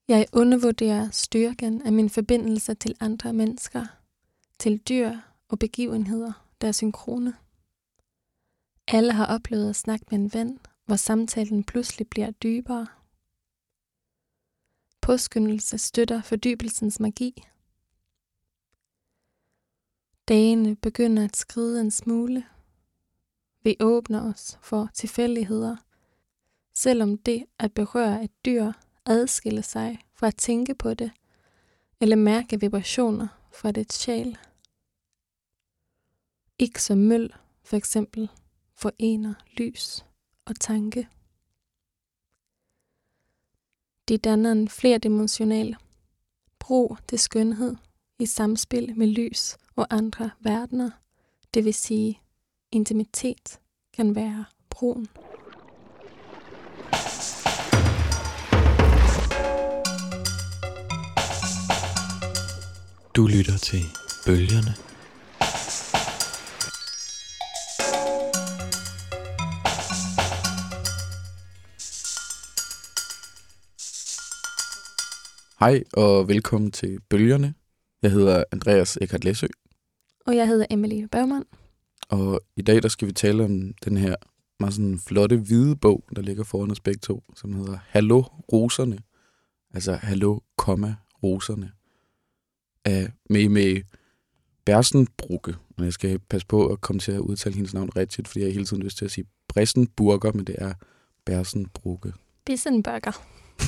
Jeg undervurderer styrken af min forbindelse til andre mennesker, til dyr og begivenheder, der er synkrone. Alle har oplevet at snakke med en ven, hvor samtalen pludselig bliver dybere. Påskyndelse støtter fordybelsens magi. Dagene begynder at skride en smule. Vi åbner os for tilfældigheder, selvom det at berøre et dyr adskiller sig fra at tænke på det, eller mærke vibrationer fra dets sjæl. Ikke som møl, for eksempel, forener lys og tanke. De danner en flerdimensional bro til skønhed i samspil med lys og andre verdener, det vil sige, intimitet kan være broen. Du lytter til Bølgerne. Hej og velkommen til Bølgerne. Jeg hedder Andreas Eckhardt Læsø. Og jeg hedder Emilie Bergmann. Og i dag der skal vi tale om den her meget sådan flotte hvide bog, der ligger foran os begge to, som hedder Hallo Roserne. Altså Hallo, Roserne. Af Meme Bersenbrugge. Og jeg skal passe på at komme til at udtale hendes navn rigtigt, fordi jeg hele tiden lyst til at sige Bressenburger, men det er Bersenbrugge. Bissenburger.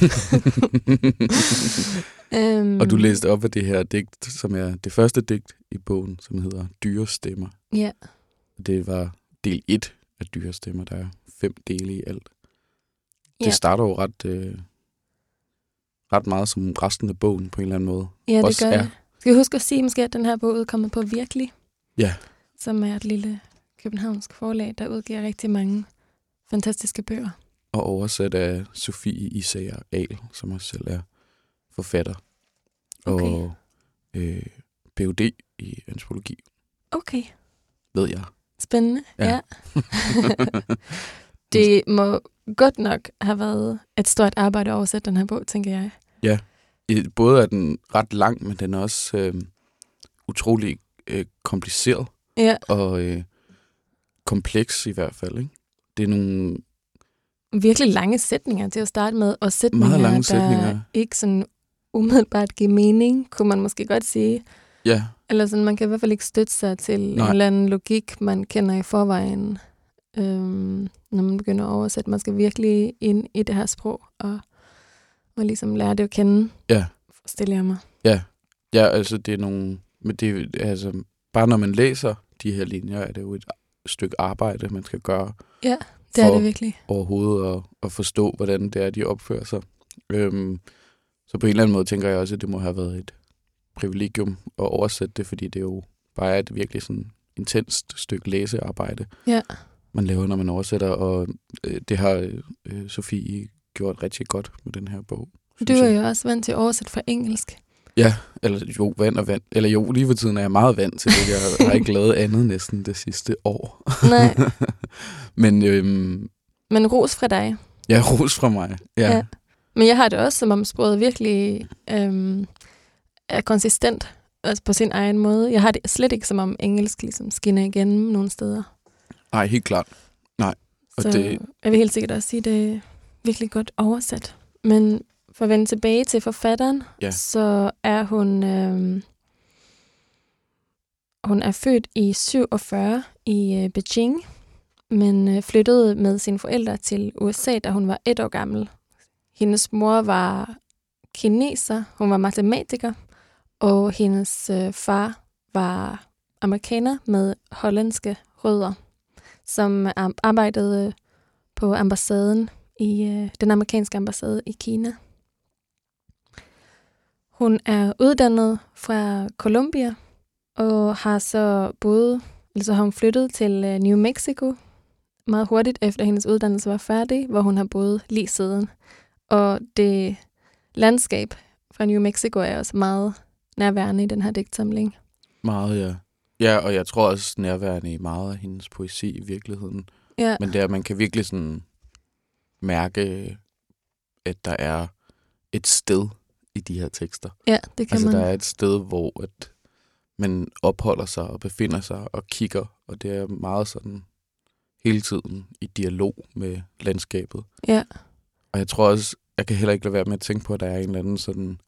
Og du læste op af det her digt, som er det første digt i bogen, som hedder Dyrestemmer. Ja. Det var del 1 af Dyrestemmer. Der er 5 dele i alt. Ja. Det starter jo ret meget som resten af bogen på en eller anden måde. Ja, det også gør er. det. Skal vi huske at sige måske, at den her bog udkommer på Virkelig? Ja. Som er et lille københavnsk forlag, der udgiver rigtig mange fantastiske bøger. Og oversat af Sofie Isager Ahl, som også selv er forfatter. Okay. Og Ph.D. i antropologi. Okay. Ved jeg. Spændende, Ja. ja. Det må godt nok have været et stort arbejde at oversætte den her bog, tænker jeg. Ja, både er den ret lang, men den er også utrolig kompliceret. Ja. Og kompleks i hvert fald, ikke? Det er nogle virkelig lange sætninger til at starte med, og sætninger, meget lange der sætninger. ikke sådan umiddelbart giver mening, kunne man måske godt sige. Ja. Eller sådan, man kan i hvert fald ikke støtte sig til en eller anden logik, man kender i forvejen, når man begynder at oversætte. Man skal virkelig ind i det her sprog, og ligesom lære det at kende. Ja. Forestiller jeg mig. Ja. Ja, altså det er nogle, men det altså bare når man læser de her linjer, er det jo et stykke arbejde, man skal gøre. Ja, det er det virkelig. Overhovedet at forstå, hvordan det er, de opfører sig. Så på en eller anden måde tænker jeg også, at det må have været et privilegium at oversætte det, fordi det jo bare er et virkelig sådan intenst stykke læsearbejde, ja, man laver, når man oversætter, og det har Sofie gjort rigtig godt med den her bog. Du er jo også vant til at oversætte fra engelsk. Ja, eller jo, vand. Eller jo, lige for tiden er jeg meget vant til det. Jeg har ikke lavet andet næsten det sidste år. Nej. Men ros fra dig. Ja, ros fra mig. Ja. Men jeg har det også, som om sproget virkelig er konsistent, altså på sin egen måde. Jeg har det slet ikke, som om engelsk ligesom skinner igennem nogle steder. Nej, helt klart. Nej. Og så det jeg vil helt sikkert også sige, at det er virkelig godt oversat. Men for at vende tilbage til forfatteren, så er hun er født i 47 i Beijing, men flyttede med sine forældre til USA, da hun var 1 år gammel. Hendes mor var kineser, hun var matematiker, og hendes far var amerikaner med hollandske rødder, som arbejdede på ambassaden den amerikanske ambassade i Kina. Hun er uddannet fra Columbia og har så har hun flyttet til New Mexico meget hurtigt efter hendes uddannelse var færdig, hvor hun har boet lige siden. Og det landskab fra New Mexico er også meget nærværende i den her digtsamling. Meget, ja. Ja, og jeg tror også nærværende i meget af hendes poesi i virkeligheden. Ja. Men det er, man kan virkelig sådan mærke, at der er et sted i de her tekster. Ja, det kan Altså, man. der er et sted, hvor at man opholder sig og befinder sig og kigger, og det er meget sådan hele tiden i dialog med landskabet. Ja. Og jeg tror også, jeg kan heller ikke lade være med at tænke på, at der er en eller anden sådan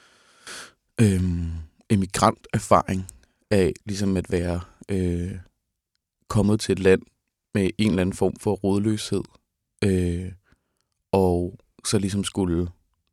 emigranterfaring af ligesom at være kommet til et land med en eller anden form for rodløshed, og så ligesom skulle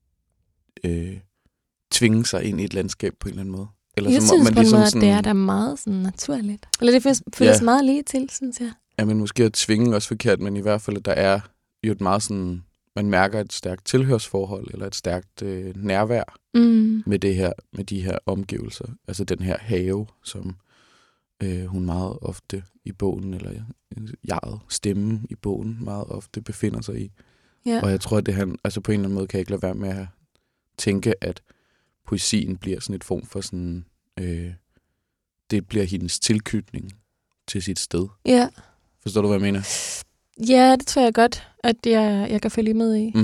tvinge sig ind i et landskab på en eller anden måde. Eller Jeg som om synes man på en ligesom måde, at sådan, det er da meget sådan naturligt. Eller det føles meget lige til, synes jeg. Ja, men måske at tvinge også forkert, men i hvert fald, at der er jo et meget sådan, man mærker et stærkt tilhørsforhold, eller et stærkt nærvær med det her, med de her omgivelser. Altså den her have, som hun meget ofte i bogen, eller jeget, stemmen i bogen, meget ofte befinder sig i. Ja. Og jeg tror, at det han, altså på en eller anden måde kan jeg ikke lade være med at tænke, at poesien bliver sådan et form for sådan, det bliver hendes tilknytning til sit sted. Ja. Forstår du, hvad jeg mener? Ja, det tror jeg godt, at jeg kan følge med i.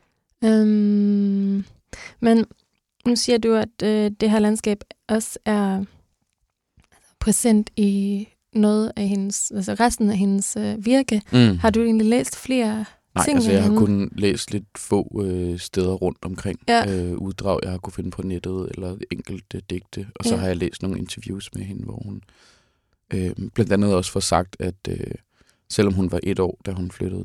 Men nu siger du, at det her landskab også er præsent i noget af hendes, altså resten af hendes virke. Har du egentlig læst flere ting? Nej, altså jeg har kun læst lidt få steder rundt omkring. Ja. Uddrag, jeg har kunne finde på nettet, eller enkelte digte. Og så har jeg læst nogle interviews med hende, hvor hun blandt andet også får sagt, at selvom hun var 1 år, da hun flyttede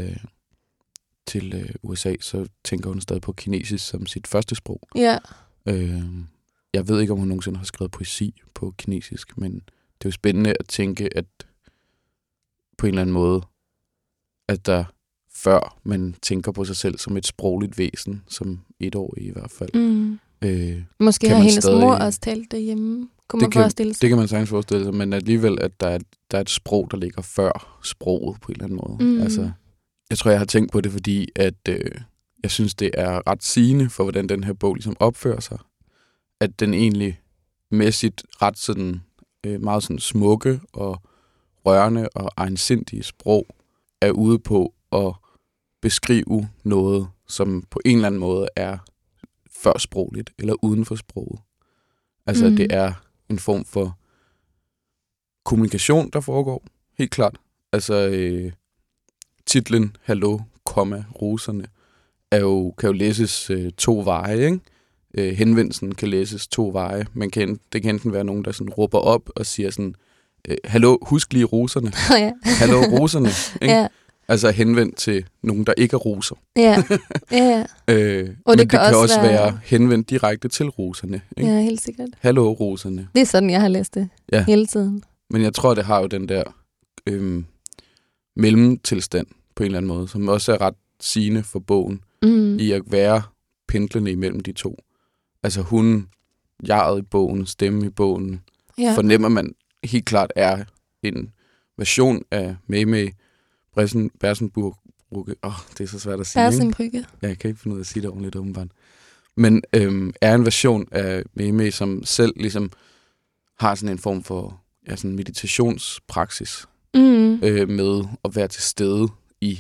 til USA, så tænker hun stadig på kinesisk som sit første sprog. Ja. Jeg ved ikke, om hun nogensinde har skrevet poesi på kinesisk, men det er jo spændende at tænke, at på en eller anden måde, at der før man tænker på sig selv som et sprogligt væsen, som 1-årig i hvert fald. Måske har hendes mor også talt derhjemme. Kunne man forestille sig? Det kan man sagtens forestille sig, men alligevel, at der er et sprog, der ligger før sproget på en eller anden måde. Altså, jeg tror, jeg har tænkt på det, fordi at jeg synes, det er ret sigende for, hvordan den her bog ligesom opfører sig. At den egentlig med sit ret sådan, meget sådan smukke og rørende og egensindige sprog er ude på at beskrive noget, som på en eller anden måde er førsprogligt eller uden for sproget. Altså, det er en form for kommunikation, der foregår, helt klart. Altså, titlen Hallo, roserne kan jo læses 2 veje, ikke? Henvendelsen kan læses 2 veje. Det kan enten være nogen, der sådan råber op og siger sådan, hallo, husk lige roserne. Hallo, roserne. Ikke? Ja. Altså henvendt til nogen, der ikke er roser. Ja. Og det kan også være henvendt direkte til roserne. Ikke? Ja, helt sikkert. Hallo, roserne. Det er sådan, jeg har læst det hele tiden. Men jeg tror, det har jo den der mellemtilstand på en eller anden måde, som også er ret sigende for bogen, i at være pendlende imellem de to. Altså jeget i bogen, stemme i bogen, fornemmer helt klart er en version af Maymay Bersenbrugge. Det er så svært at sige. Bersenbrugge. Ja, jeg kan ikke finde ud af at sige det ordentligt, åbenbart. Men er en version af Maymay, som selv ligesom har sådan en form for sådan meditationspraksis med at være til stede i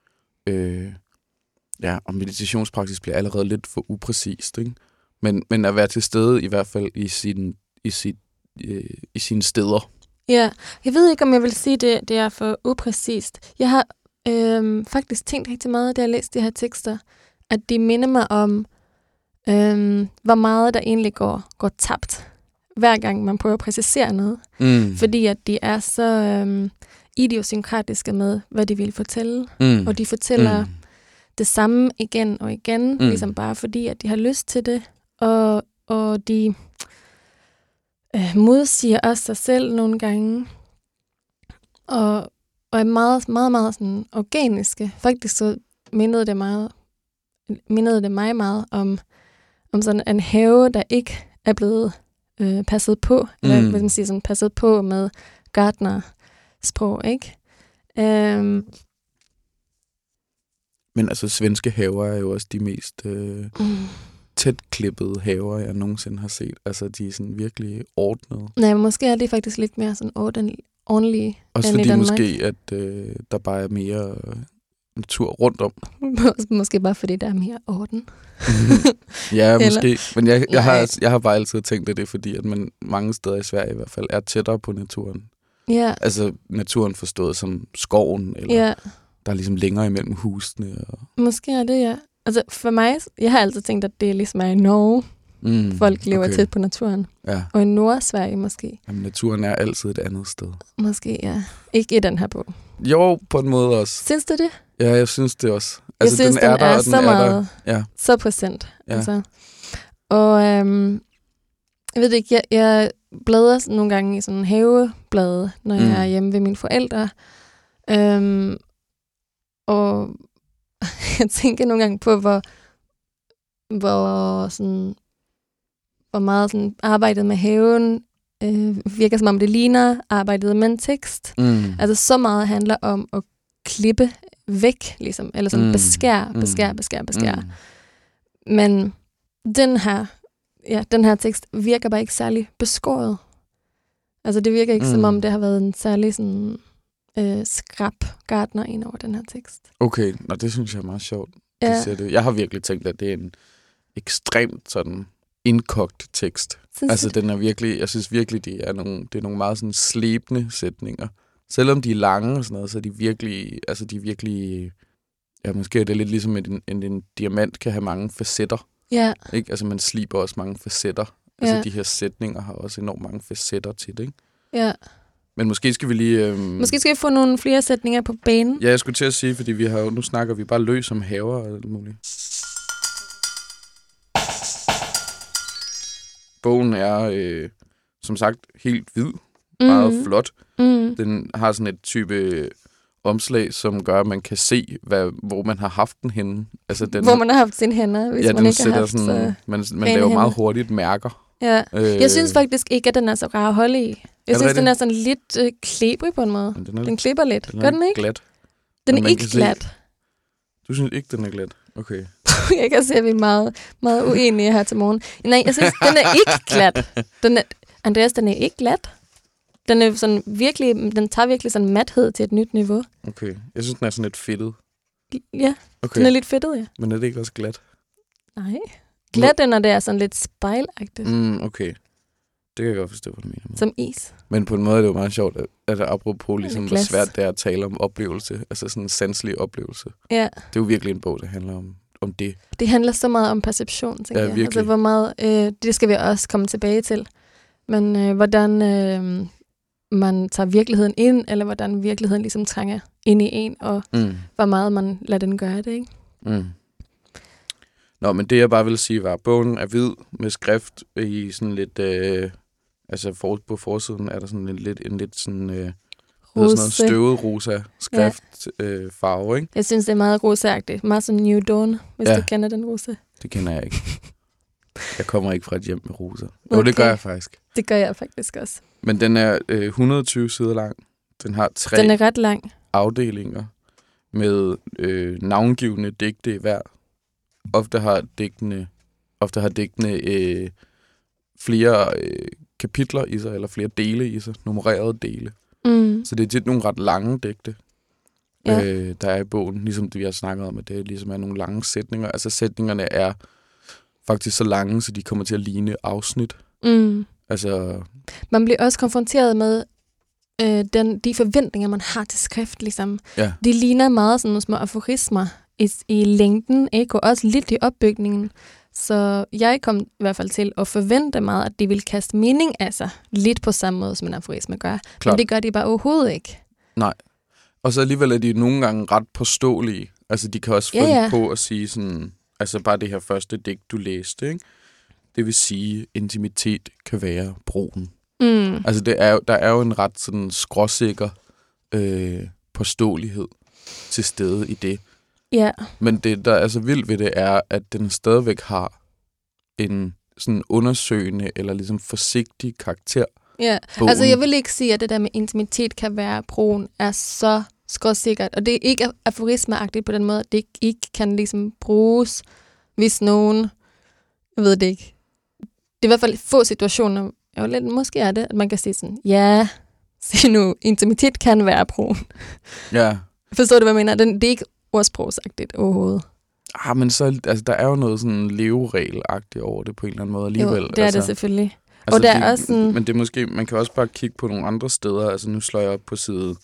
og meditationspraksis bliver allerede lidt for upræcist, ikke? Men at være til stede i hvert fald i sine steder. Ja, jeg ved ikke, om jeg vil sige, det er for upræcist. Jeg har faktisk tænkt rigtig meget, da jeg læste de her tekster, at de minder mig om, hvor meget der egentlig går tabt, hver gang man prøver at præcisere noget. Fordi at de er så idiosynkratiske med, hvad de vil fortælle. Og de fortæller det samme igen og igen, ligesom bare fordi, at de har lyst til det. Og de modsiger også sig selv nogle gange. Og er meget, meget, meget sådan organiske. Faktisk så mindede det mig meget om sådan en have, der ikke er blevet passet på. Eller hvad man siger, sådan passet på med gartnersprog, ikke? Men altså, svenske haver er jo også de mest tætklippede haver, jeg nogensinde har set. Altså, de er sådan virkelig ordnede. Nej, måske er det faktisk lidt mere sådan ordentlige også end fordi i Danmark. Måske, at der bare er mere natur rundt om. Måske bare fordi der er mere orden. Ja, Eller- måske. Men jeg Nej. har bare altid tænkt, at det er fordi, at man mange steder i Sverige i hvert fald er tættere på naturen. Ja, Altså naturen forstået som skoven, eller ja. der er ligesom længere imellem husene. Og, Måske er det, ja. Altså for mig, jeg har altid tænkt, at det er ligesom er i Norge. Folk lever tæt på naturen. Ja, Og i Nordsverige måske. jamen, naturen er altid et andet sted. Måske, ja. Ikke i den her bog. Jo, på en måde også. Synes du det? Ja, jeg synes det også. Jeg synes, den er og så meget, Ja. så præsent. Ja. Altså. Og jeg ved det ikke, jeg bladrer sådan nogle gange i sådan en haveblade, når jeg er hjemme ved mine forældre. Og jeg tænker nogle gange på, hvor meget sådan arbejdet med haven virker som om det ligner arbejdet med en tekst. Altså så meget handler om at klippe væk, ligesom, eller sådan beskære. Men den her tekst virker bare ikke særlig beskåret. Altså det virker ikke som om det har været en særlig sådan skrap gartner ind over den her tekst. Okay, og det synes jeg er meget sjovt. Ja. Det. Jeg har virkelig tænkt, at det er en ekstremt sådan indkogt tekst. Altså den er virkelig, jeg synes virkelig, det er nogle meget sådan slebne sætninger. Selvom de er lange og sådan noget, så er de virkelig, ja, måske er det lidt ligesom, at en diamant kan have mange facetter. Ja. Ikke? Altså man sliber også mange facetter. Altså de her sætninger har også enormt mange facetter til det, ikke? Ja. Men måske skal vi lige... Måske skal vi få nogle flere sætninger på banen. Ja, jeg skulle til at sige, fordi nu snakker vi bare løs om haver og alt muligt. Bogen er, som sagt, helt hvid. Meget flot. Den har sådan et type omslag, som gør, at man kan se, hvor man har haft den henne. Altså, hvor man har haft sine hænder, hvis man ikke har haft sådan, man laver meget hurtigt mærker. Ja. Jeg synes faktisk ikke, at den er så rar at holde i. Jeg synes, den er sådan lidt klebrig på en måde. Den klipper lidt. Gør den ikke? Glat. Den er ikke glat. Du synes ikke, den er glat? Okay. Jeg kan se, at vi er meget, meget uenige her til morgen. Nej, jeg synes, den er ikke glat. Andreas, den er ikke glat. Den er sådan virkelig, den tager virkelig sådan mathed til et nyt niveau. Okay. Jeg synes, den er sådan lidt fedtet. Ja, okay. Den er lidt fedtet, ja. Men er det ikke også glat? Nej. Glat, den er der sådan lidt spejlagtigt. Okay. Det kan jeg godt forstå, hvad du mener. Som is. Men på en måde er det jo meget sjovt, at apropos ligesom, hvor svært det er at tale om oplevelse. Altså sådan en sanselig oplevelse. Ja. Det er jo virkelig en bog, der handler om det. Det handler så meget om perception, tænker jeg. Virkelig. Altså hvor meget, det skal vi også komme tilbage til. Men hvordan man tager virkeligheden ind, eller hvordan virkeligheden ligesom trænger ind i en, og hvor meget man lader den gøre det, ikke? Nå, men det jeg bare vil sige var, at bogen er hvid med skrift i sådan lidt, på forsiden er der sådan en lidt sådan noget støvet rosa skrift farve, ikke? Jeg synes, det er meget rosaagtigt. Meget som New Dawn, hvis du kender den rosa. Det kender jeg ikke. Jeg kommer ikke fra et hjem med rosa. Jo, det gør jeg faktisk. Det gør jeg faktisk også. Men den er 120 sider lang. Den har 3 den er ret lang. Afdelinger med navngivende digte i hver. Ofte har digtene flere kapitler i sig, eller flere dele i sig, nummererede dele. Så det er tit nogle ret lange digte, der er i bogen, ligesom det vi har snakket om, at det ligesom er nogle lange sætninger. Altså sætningerne er faktisk så lange, så de kommer til at ligne afsnit. Altså, man bliver også konfronteret med de forventninger, man har til skrift, ligesom. Ja. De ligner meget sådan nogle små aforismer i længden, ikke? Og også lidt i opbygningen. Så jeg kom i hvert fald til at forvente meget, at de ville kaste mening af sig, lidt på samme måde, som en aforisme gør. Klart. Men det gør de bare overhovedet ikke. Nej. Og så alligevel er de nogle gange ret påståelige. Altså, de kan også finde på at sige sådan, altså bare det her første digt, du læste, ikke? Det vil sige, intimitet kan være broen. Altså, der er jo en ret sådan skråsikker påståelighed til stede i det. Ja. Men det, der er så vildt ved det, er, at den stadigvæk har en sådan undersøgende eller ligesom forsigtig karakter. Ja, altså jeg vil ikke sige, at det der med intimitet kan være broen er så skråsikkert. Og det er ikke aforismeagtigt på den måde, at det ikke kan ligesom bruges, hvis nogen, jeg ved det ikke. Det er i hvert fald få situationer, måske er det, at man kan sige sådan, ja, se nu, intimitet kan være broen. Ja. Forstår du, hvad jeg mener? Det er ikke ordsprogsagtigt overhovedet. Men så, altså, der er jo noget sådan leveregelagtigt over det på en eller anden måde alligevel. Jo, det er det selvfølgelig. Altså, og der er også sådan... Men det er måske, man kan også bare kigge på nogle andre steder. Altså nu slår jeg op på side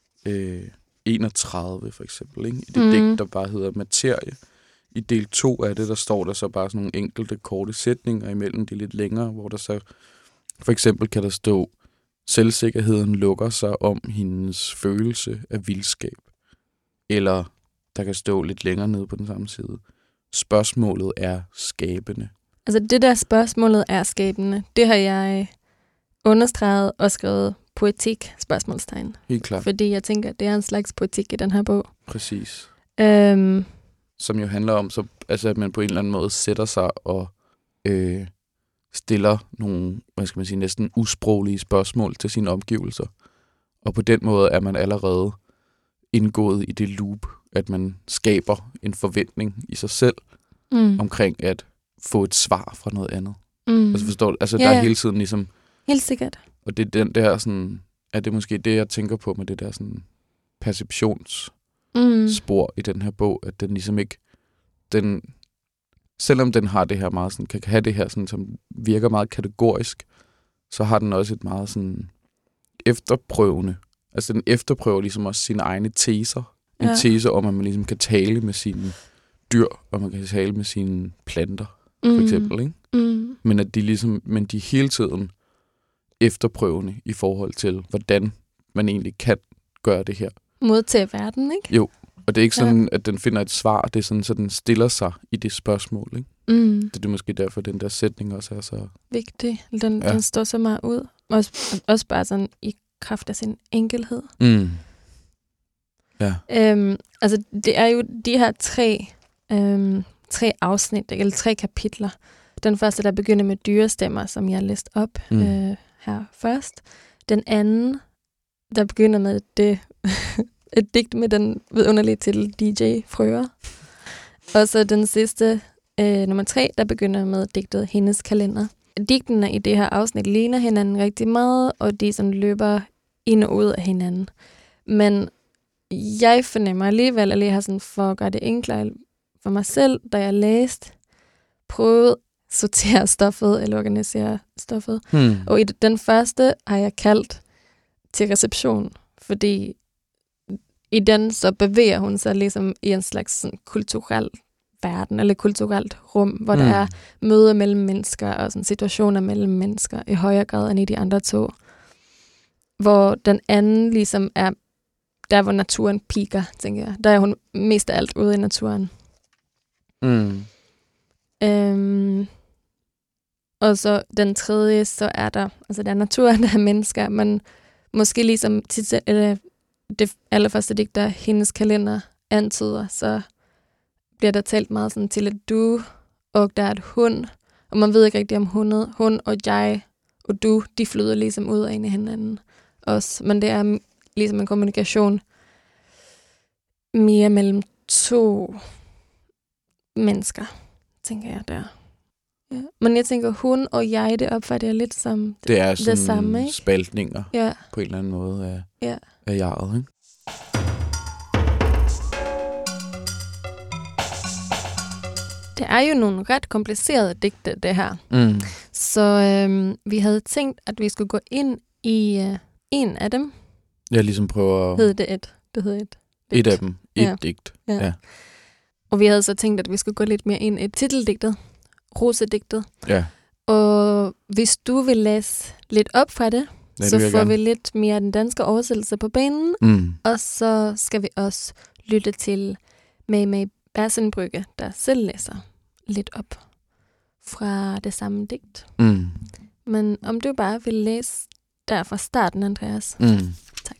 31 for eksempel, ikke? I det digt, der bare hedder Materie. I del 2 af det, der står der så bare sådan nogle enkelte korte sætninger imellem de lidt længere, hvor der så for eksempel kan der stå, selvsikkerheden lukker sig om hendes følelse af vildskab. Eller der kan stå lidt længere nede på den samme side. Spørgsmålet er skabende. Altså det der spørgsmålet er skabende, det har jeg understreget og skrevet poetik, spørgsmålstegn. Helt klart. Fordi jeg tænker, at det er en slags poetik i den her bog. Præcis. Som jo handler om, så, altså, at man på en eller anden måde sætter sig og stiller nogle, hvad skal man sige, næsten usproglige spørgsmål til sine omgivelser. Og på den måde er man allerede indgået i det loop, at man skaber en forventning i sig selv omkring at få et svar fra noget andet. Altså forstår du? Altså der er hele tiden ligesom... Helt sikkert. Og det er den der sådan... Er det måske det, jeg tænker på med det der sådan perceptionsspor i den her bog, at den ligesom ikke... Selvom den har det her meget sådan... Kan have det her sådan, som virker meget kategorisk, så har den også et meget sådan efterprøvende... Altså den efterprøver ligesom også sine egne teser. En tese om, at man ligesom kan tale med sine dyr, og man kan tale med sine planter, for eksempel, ikke? Men at de ligesom, men de hele tiden efterprøvende i forhold til, hvordan man egentlig kan gøre det her. Modtage verden, ikke? Jo, og det er ikke sådan, at den finder et svar, det er sådan, så den stiller sig i det spørgsmål, ikke? Det er måske derfor, den der sætning også er så... vigtig. Den står så meget ud. Også bare sådan i kraft af sin enkelhed. Ja. Altså, det er jo de her tre afsnit, eller 3 kapitler. Den første, der begynder med dyrestemmer, som jeg læste op her først. Den anden, der begynder med et digt med den vidunderlige titel DJ Frøer. Og så den sidste, nummer 3, der begynder med digtet Hendes kalender. Digtene i det her afsnit ligner hinanden rigtig meget, og de sådan løber ind og ud af hinanden. Men jeg fornemmer alligevel, at jeg har sådan for at gøre det enklere for mig selv, da jeg læste, prøvet at sortere stoffet eller organisere stoffet. Og i den første har jeg kaldt til reception, fordi i den så bevæger hun sig ligesom i en slags sådan kulturel verden, eller kulturelt rum, hvor der er møder mellem mennesker og sådan situationer mellem mennesker i højere grad end i de andre 2. Hvor den anden ligesom er der, hvor naturen piker, tænker jeg. Der er hun mest af alt ude i naturen. Og så den tredje, så er der, altså der er naturen, der er mennesker, men måske ligesom eller det allerførste digt, der Hendes kalender antyder, så bliver der talt meget sådan til et du, og der er et hun, og man ved ikke rigtig om hun og jeg og du, de flyder ligesom ud af en af hinanden også. Men det er ligesom en kommunikation mere mellem 2 mennesker, tænker jeg der. Ja. Men jeg tænker, hun og jeg, det opfatter jeg lidt som det er sådan det samme, ikke? Spaltninger på en eller anden måde af jeget, ikke? Det er jo nogle ret komplicerede digte, det her. Så vi havde tænkt, at vi skulle gå ind i en af dem. Jeg ligesom prøver... Det hed et af dem. Et digt. Ja. Og vi havde så tænkt, at vi skulle gå lidt mere ind i titeldigtet. Rosedigtet. Ja. Og hvis du vil læse lidt op fra det, så får vi lidt mere af den danske oversættelse på banen. Og så skal vi også lytte til May Bersenbrygge, der selv læser lidt op fra det samme digt. Men om du bare vil læse der fra starten, Andreas. Tak.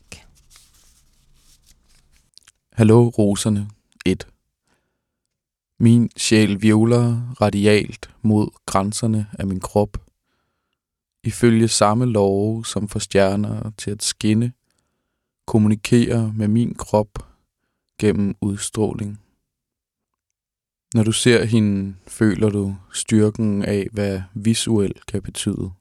Hallo, roserne. 1. Min sjæl hvirvler radialt mod grænserne af min krop. Ifølge samme love, som får stjerner til at skinne, kommunikerer med min krop gennem udstråling. Når du ser hende, føler du styrken af, hvad visuel kan betyde.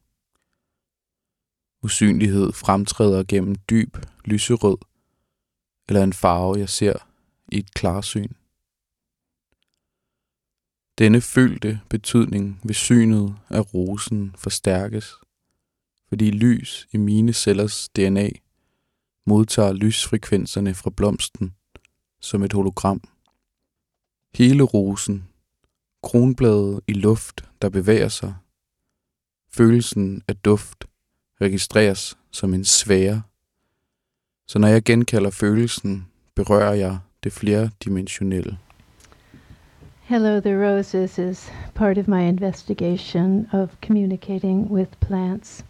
Usynlighed fremtræder gennem dyb lyserød, eller en farve, jeg ser i et klarsyn. Denne følte betydning ved synet af rosen forstærkes, fordi lys i mine cellers DNA modtager lysfrekvenserne fra blomsten som et hologram. Hele rosen, kronbladet i luft, der bevæger sig, følelsen af duft registreres som en sfære. Så når jeg genkalder følelsen, berører jeg det flerdimensionelle. Hello, the Roses is part of my investigation of communicating with plants.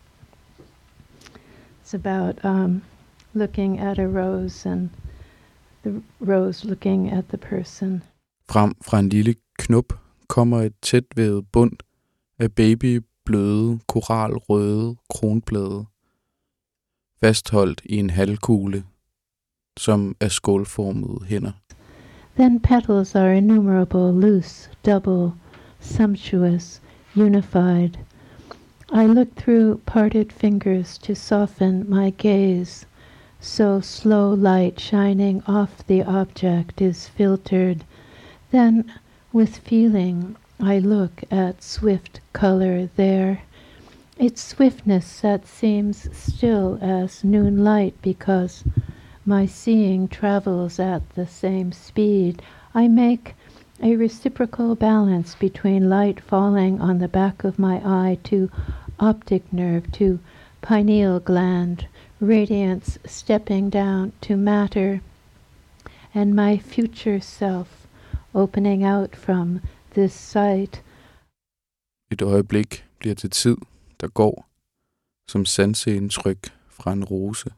It's about looking at a rose and the rose looking at the person. Frem fra en lille knop kommer et tætvævet bund af babybløde, koralrøde kronblade, fastholdt i en halvkugle, som er skålformede hænder. Then petals are innumerable, loose, double, sumptuous, unified. I look through parted fingers to soften my gaze, so slow light shining off the object is filtered. Then, with feeling, I look at swift color there. Its swiftness that seems still as noon light because my seeing travels at the same speed. I make a reciprocal balance between light falling on the back of my eye to optic nerve, to pineal gland, radiance stepping down to matter, and my future self opening out from this sight. Et øjeblik bliver til tid, der går, som sanseindtryk fra en rose.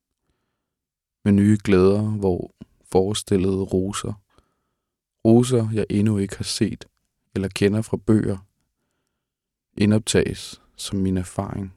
Med nye glæder, hvor forestillede roser. Roser, jeg endnu ikke har set eller kender fra bøger, indoptages som min erfaring.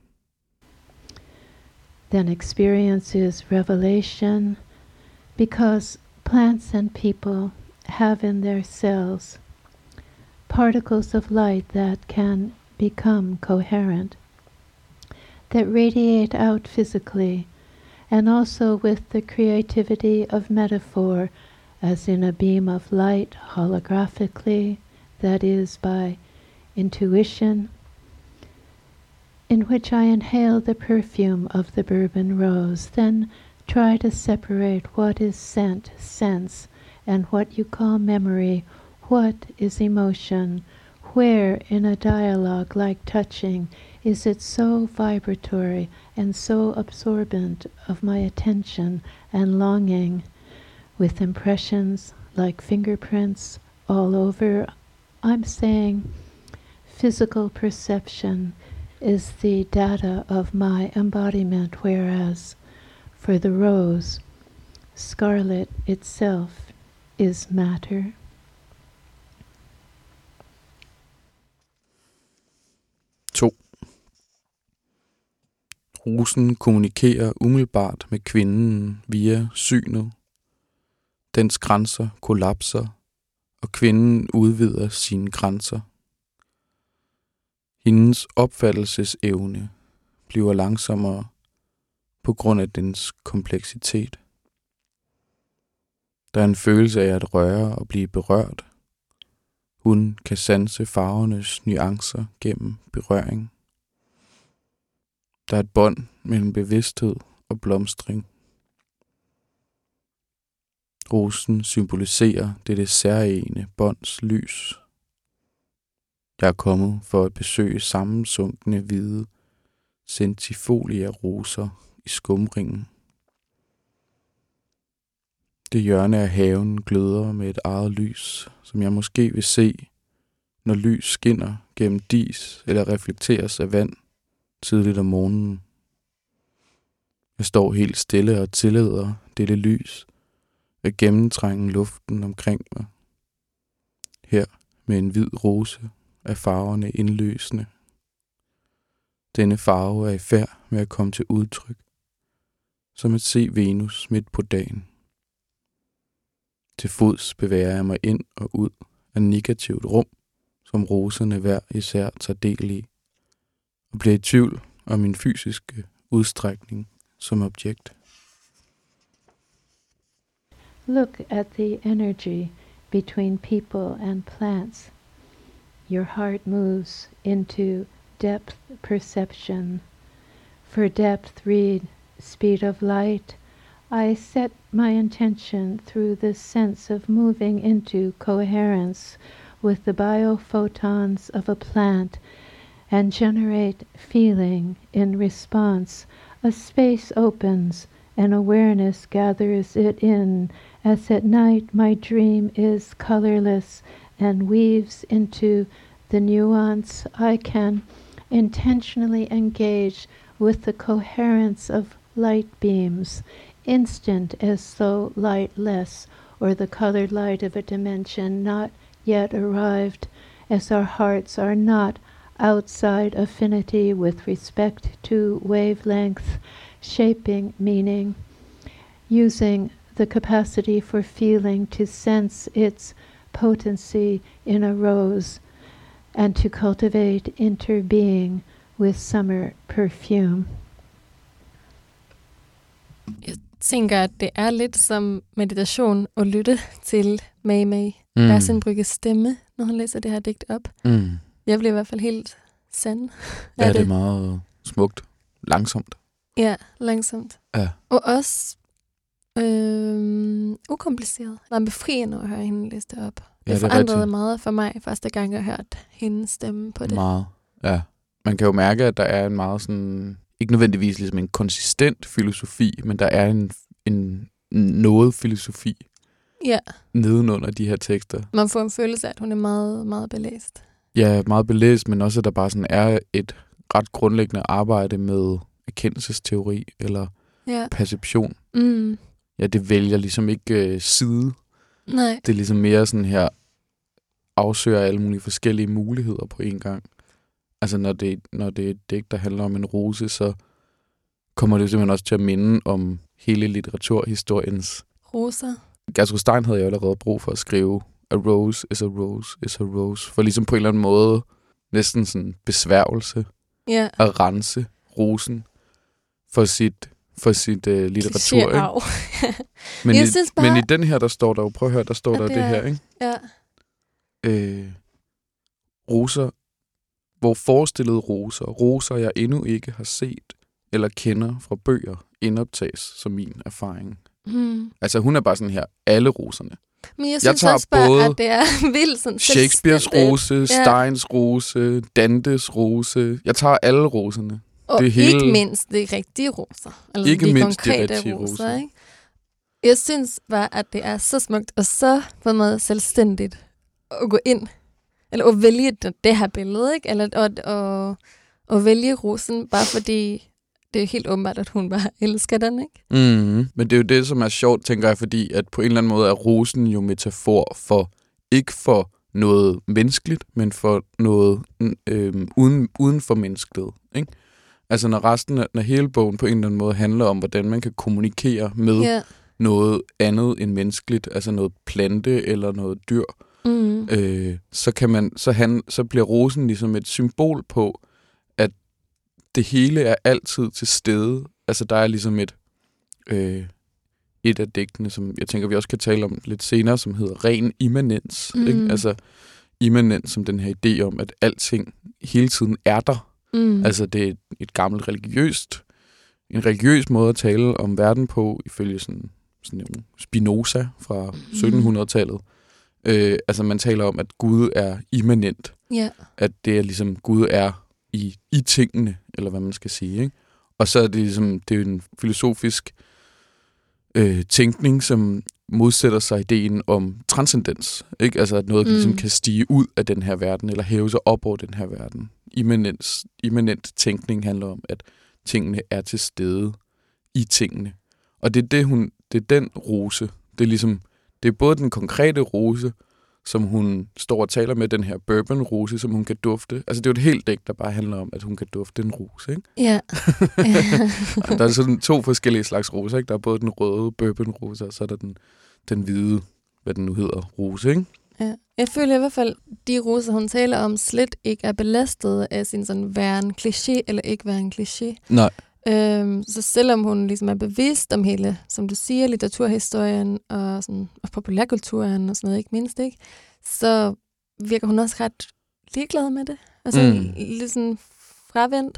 Then experience is revelation, because plants and people have in their cells particles of light that can become coherent, that radiate out physically, and also with the creativity of metaphor, as in a beam of light holographically, that is by intuition, in which I inhale the perfume of the bourbon rose, then try to separate what is scent, sense, and what you call memory, what is emotion, where in a dialogue like touching is it so vibratory and so absorbent of my attention and longing, with impressions like fingerprints all over. I'm saying physical perception is the data of my embodiment, whereas for the rose, scarlet itself is matter. Rosen kommunikerer umiddelbart med kvinden via synet. Dens grænser kollapser, og kvinden udvider sine grænser. Hendes opfattelsesevne bliver langsommere på grund af dens kompleksitet. Der er en følelse af at røre og blive berørt. Hun kan sanse farvernes nuancer gennem berøring. Der er et bånd mellem bevidsthed og blomstring. Rosen symboliserer dette særegne bånds lys. Jeg er kommet for at besøge sammensunkne hvide centifolia-roser i skumringen. Det hjørne af haven gløder med et eget lys, som jeg måske vil se, når lys skinner gennem dis eller reflekteres af vand tidligt om morgenen. Jeg står helt stille og tillader dette lys at gennemtrænge luften omkring mig. Her med en hvid rose er farverne indløsende. Denne farve er i færd med at komme til udtryk, som at se Venus midt på dagen. Til fods bevæger jeg mig ind og ud af negativt rum, som roserne hver især tager del i, og bliver i tvivl om min fysiske udstrækning som objekt. look at the energy between people and plants. Your heart moves into depth perception. For depth, read Speed of Light. I set my intention through this sense of moving into coherence with the biophotons of a plant and generate feeling in response. A space opens and awareness gathers it in, as at night my dream is colorless and weaves into the nuance. I can intentionally engage with the coherence of light beams, instant as though lightless, or the colored light of a dimension not yet arrived, as our hearts are not outside affinity with respect to wavelength, shaping meaning, using the capacity for feeling to sense its potency in a rose, and to cultivate interbeing with summer perfume. Jeg tænker, at det er lidt som meditation at lytte til Mei Mei. Der er sådan Brygges stemme, når hun læser det her digt op. Jeg bliver i hvert fald helt sand. Ja, det er meget smukt. Langsomt. Ja, langsomt. Ja. Og også ukompliceret. Meget befriende at høre hende læse det op. Det forandrede meget for mig første gang, jeg hørte hendes stemme på det. Meget, ja. Man kan jo mærke, at der er en meget sådan, ikke nødvendigvis ligesom en konsistent filosofi, men der er en noget filosofi nedenunder de her tekster. Man får en følelse af, at hun er meget, meget belæst. Ja, meget belæst, men også, at der bare sådan er et ret grundlæggende arbejde med erkendelsesteori eller perception. Ja, det vælger ligesom ikke side. Nej. Det er ligesom mere sådan her, afsøger alle mulige forskellige muligheder på en gang. Altså når det er et digt, der handler om en rose, så kommer det simpelthen også til at minde om hele litteraturhistoriens roser. Gertrud Stein havde jo allerede brug for at skrive A rose is a rose is a rose, for ligesom på en eller anden måde næsten sådan besværgelse at rense rosen for sit litteratur. Ikke? Men i den her, der står der jo, prøv at høre, der står der det her, ikke? Ja. Roser, hvor forestillede roser jeg endnu ikke har set eller kender fra bøger, indoptages som min erfaring. Altså hun er bare sådan her, alle roserne. Men jeg synes også bare, at det er vildt sådan Shakespeares rose, Steins rose, Dantes rose. Jeg tager alle roserne. Og det hele, ikke mindst de rigtige roser. Eller ikke de mindst konkrete de rigtige roser. Ikke? Jeg synes bare, at det er så smukt og så på en måde selvstændigt at gå ind. Eller at vælge det her billede. Ikke? Eller at vælge rosen, bare fordi det er helt åbenbart, at hun bare elsker den. Ikke? Men det er jo det, som er sjovt, tænker jeg, fordi at på en eller anden måde er rosen jo metafor for, ikke for noget menneskeligt, men for noget uden for menneskeligt. Ikke? Altså når hele bogen på en eller anden måde handler om, hvordan man kan kommunikere med noget andet end menneskeligt, altså noget plante eller noget dyr, så bliver rosen ligesom et symbol på, at det hele er altid til stede. Altså der er ligesom et af digtene, som jeg tænker, vi også kan tale om lidt senere, som hedder ren immanens. Ikke? Altså immanens som den her idé om, at alting hele tiden er der. Altså det er et gammelt en religiøs måde at tale om verden på, ifølge sådan Spinoza fra 1700-tallet. Altså man taler om, at Gud er immanent. At det er ligesom, Gud er i tingene, eller hvad man skal sige. Ikke? Og så er det ligesom, det er en filosofisk tænkning, som modsætter sig ideen om transcendens. Ikke? Altså at noget ligesom kan stige ud af den her verden, eller hæve sig op over den her verden. Immanent tænkning handler om, at tingene er til stede i tingene. Og det er den rose. Det er både den konkrete rose, som hun står og taler med, den her bourbon-rose, som hun kan dufte. Altså det er jo et helt digt, der bare handler om, at hun kan dufte en rose, ikke? Ja. Der er sådan 2 forskellige slags roser, ikke? Der er både den røde bourbon-rose, og så er der den hvide, hvad den nu hedder, rose, ikke? Ja. Jeg føler i hvert fald, de roser, hun taler om, slet ikke er belastet af sin sådan være en kliché, eller ikke være en kliché. Nej. Så selvom hun ligesom er bevidst om hele, som du siger, litteraturhistorien og populærkulturen og sådan noget, ikke mindst, ikke? Så virker hun også ret ligeglad med det. Altså lidt sådan fravendt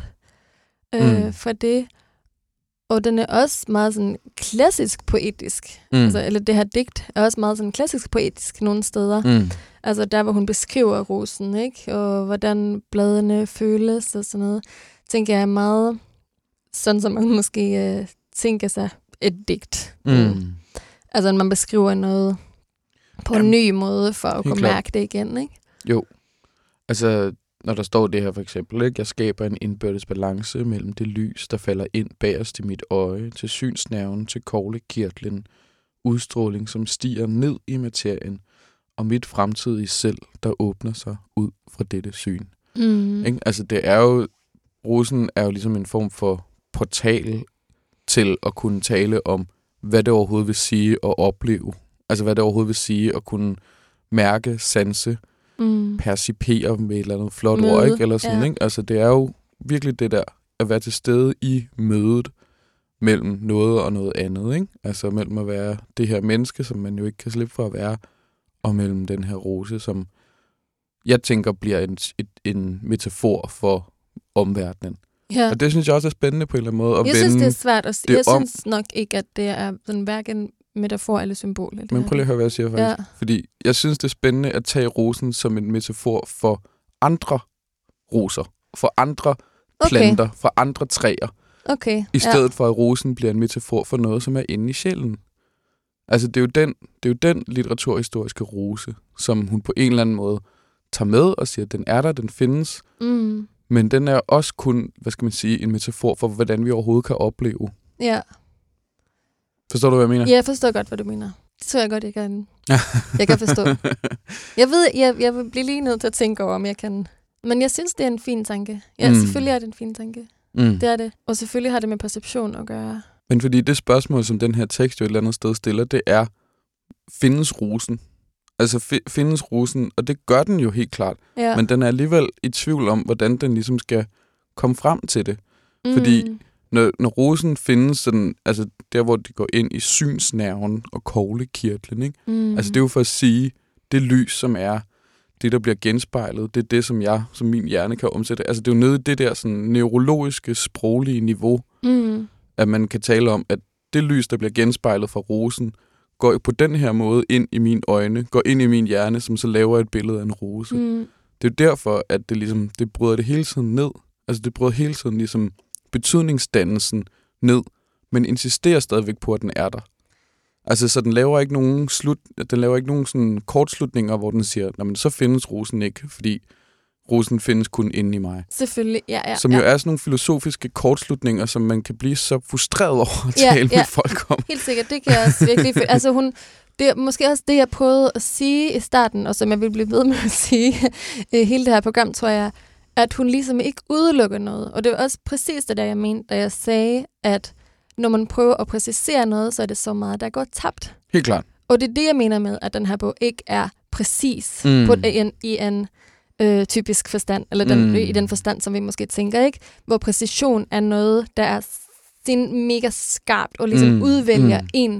for det. Og den er også meget sådan klassisk poetisk. Altså, eller det her digt er også meget sådan klassisk poetisk nogle steder. Altså der, hvor hun beskriver rosen, ikke? Og hvordan bladene føles og sådan noget. Tænker jeg er meget sådan, som man måske tænker sig et digt. Altså, man beskriver noget på en ny måde, for at kunne mærke det igen, ikke? Jo. Altså, når der står det her for eksempel, ikke? Jeg skaber en indbyrdes balance mellem det lys, der falder ind bagerst i mit øje, til synsnerven, til koglekirtlen, udstråling, som stiger ned i materien, og mit fremtidige selv, der åbner sig ud fra dette syn. Ikke? Altså, det er jo, rosen er jo ligesom en form for portal til at kunne tale om, hvad det overhovedet vil sige at opleve. Altså, hvad det overhovedet vil sige at kunne mærke, sanse, percipere med et eller andet flot ord, ikke? Eller sådan, ikke? Altså, det er jo virkelig det der, at være til stede i mødet mellem noget og noget andet, ikke? Altså, mellem at være det her menneske, som man jo ikke kan slippe for at være, og mellem den her rose, som jeg tænker bliver en metafor for omverdenen. Ja. Og det synes jeg også er spændende på en eller anden måde. Jeg synes, det er svært at sige. Jeg synes nok ikke, at det er sådan hverken metafor eller symbol. Men prøv lige at høre, hvad jeg siger faktisk. Ja. Fordi jeg synes, det er spændende at tage rosen som en metafor for andre roser, for andre planter, for andre træer. Okay. I stedet for, at rosen bliver en metafor for noget, som er inde i sjælen. Altså, det er jo den litteraturhistoriske rose, som hun på en eller anden måde tager med og siger, at den er der, den findes. Men den er også kun, hvad skal man sige, en metafor for, hvordan vi overhovedet kan opleve. Ja. Forstår du, hvad jeg mener? Ja, jeg forstår godt, hvad du mener. Det tror jeg godt, jeg kan forstå. Jeg ved, jeg vil blive lige nødt til at tænke over, om jeg kan. Men jeg synes, det er en fin tanke. Ja, selvfølgelig er det en fin tanke. Det er det. Og selvfølgelig har det med perception at gøre. Men fordi det spørgsmål, som den her tekst jo et eller andet sted stiller, det er, findes rosen? Altså, findes rosen? Og det gør den jo helt klart. Ja. Men den er alligevel i tvivl om, hvordan den ligesom skal komme frem til det. Fordi når rosen findes sådan, altså der, hvor de går ind i synsnerven og koglekirtlen, ikke? Altså, det er jo for at sige, det lys, som er det, der bliver genspejlet, det er det, som min hjerne kan omsætte. Altså, det er jo nede i det der sådan neurologiske, sproglige niveau, at man kan tale om, at det lys, der bliver genspejlet fra rosen, går på den her måde ind i mine øjne, går ind i min hjerne, som så laver et billede af en rose. Det er jo derfor, at det ligesom, det bryder det hele tiden ned. Altså, det bryder hele tiden ligesom betydningsdannelsen ned, men insisterer stadigvæk på, at den er der. Altså, så den laver ikke nogen sådan kortslutninger, hvor den siger, men så findes rosen ikke, fordi rosen findes kun inde i mig. Selvfølgelig, ja. Som jo er sådan nogle filosofiske kortslutninger, som man kan blive så frustreret over at tale med folk om. Helt sikkert, det kan jeg også virkelig altså det er måske også det, jeg prøvede at sige i starten, og som jeg vil blive ved med at sige hele det her program, tror jeg, at hun ligesom ikke udelukker noget. Og det var også præcis det, der jeg mente, da jeg sagde, at når man prøver at præcisere noget, så er det så meget, der går tabt. Helt klart. Og det er det, jeg mener med, at den her bog ikke er præcis i en typisk forstand, eller i den forstand, som vi måske tænker, ikke? Hvor præcision er noget, der er mega skarpt, og ligesom udvælger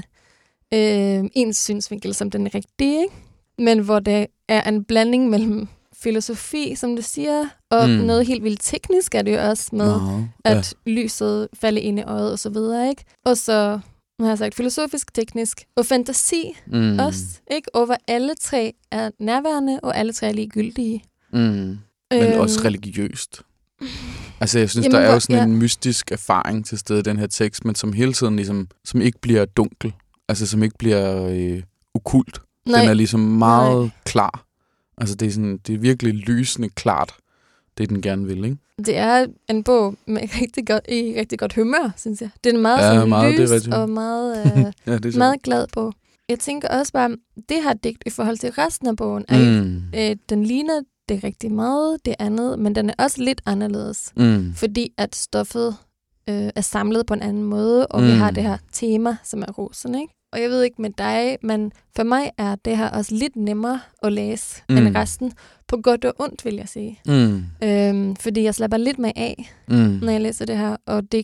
en synsvinkel som den rigtige, ikke? Men hvor det er en blanding mellem filosofi, som du siger, og noget helt vildt teknisk er det jo også med, at lyset falder ind i øjet og så videre, ikke? Og så har jeg sagt filosofisk, teknisk og fantasi også, ikke? Og hvor alle tre er nærværende, og alle tre er ligegyldige. Men også religiøst. Altså, jeg synes, der er jo sådan en mystisk erfaring til stede i den her tekst, men som hele tiden ligesom, som ikke bliver dunkel. Altså, som ikke bliver okkult. Den er ligesom meget klar. Altså, det er virkelig lysende klart, det den gerne vil, ikke? Det er en bog med rigtig godt humør, synes jeg. Det er en meget, lys og meget, meget glad bog. Jeg tænker også bare, det her digt i forhold til resten af bogen, den ligner det rigtig meget, det andet, men den er også lidt anderledes. Fordi at stoffet er samlet på en anden måde, og vi har det her tema, som er rosen, ikke? Og jeg ved ikke med dig, men for mig er det her også lidt nemmere at læse end resten. På godt og ondt, vil jeg sige. Fordi jeg slapper lidt mere af, når jeg læser det her. Og det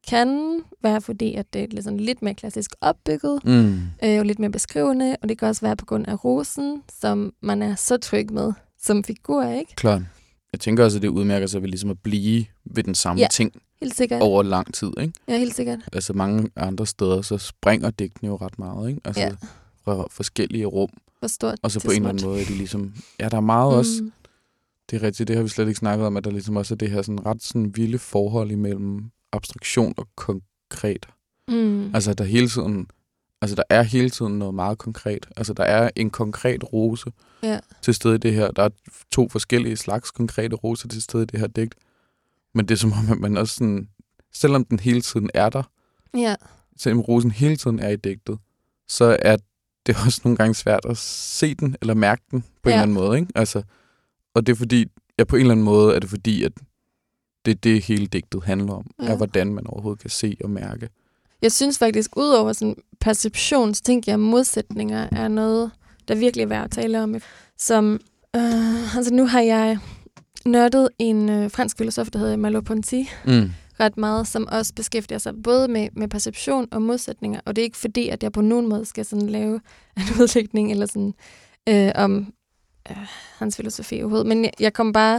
kan være, fordi at det er lidt, sådan lidt mere klassisk opbygget, og lidt mere beskrivende, og det kan også være på grund af rosen, som man er så tryg med som figur, ikke? Klart. Jeg tænker også, at det udmærker sig ved ligesom at blive ved den samme ting helt sikkert. Over lang tid, ikke? Ja, helt sikkert. Altså mange andre steder, så springer digtene jo ret meget, ikke? Altså fra forskellige rum. For stort og så på en eller anden måde er de ligesom... Ja, der er meget også... Det er rigtigt, det har vi slet ikke snakket om, at der ligesom også er det her sådan ret sådan vilde forhold imellem abstraktion og konkret. Altså der hele tiden... Altså, der er hele tiden noget meget konkret. Altså, der er en konkret rose til stede i det her. Der er 2 forskellige slags konkrete roser til stede i det her digt. Men det er som om, at man også sådan... Selvom den hele tiden er der, selvom rosen hele tiden er i digtet, så er det også nogle gange svært at se den eller mærke den på en eller anden måde, ikke? Altså, og det er fordi... Ja, på en eller anden måde er det fordi, at det er det hele digtet handler om. Er, hvordan man overhovedet kan se og mærke. Jeg synes faktisk, udover sådan perception, så tænker jeg, at modsætninger er noget, der virkelig er værd at tale om. Som, altså nu har jeg nørdet en fransk filosof, der hedder Merleau-Ponty, ret meget, som også beskæftiger sig både med perception og modsætninger. Og det er ikke fordi, at jeg på nogen måde skal sådan lave en udlægning eller sådan om hans filosofi overhovedet. Men jeg kom bare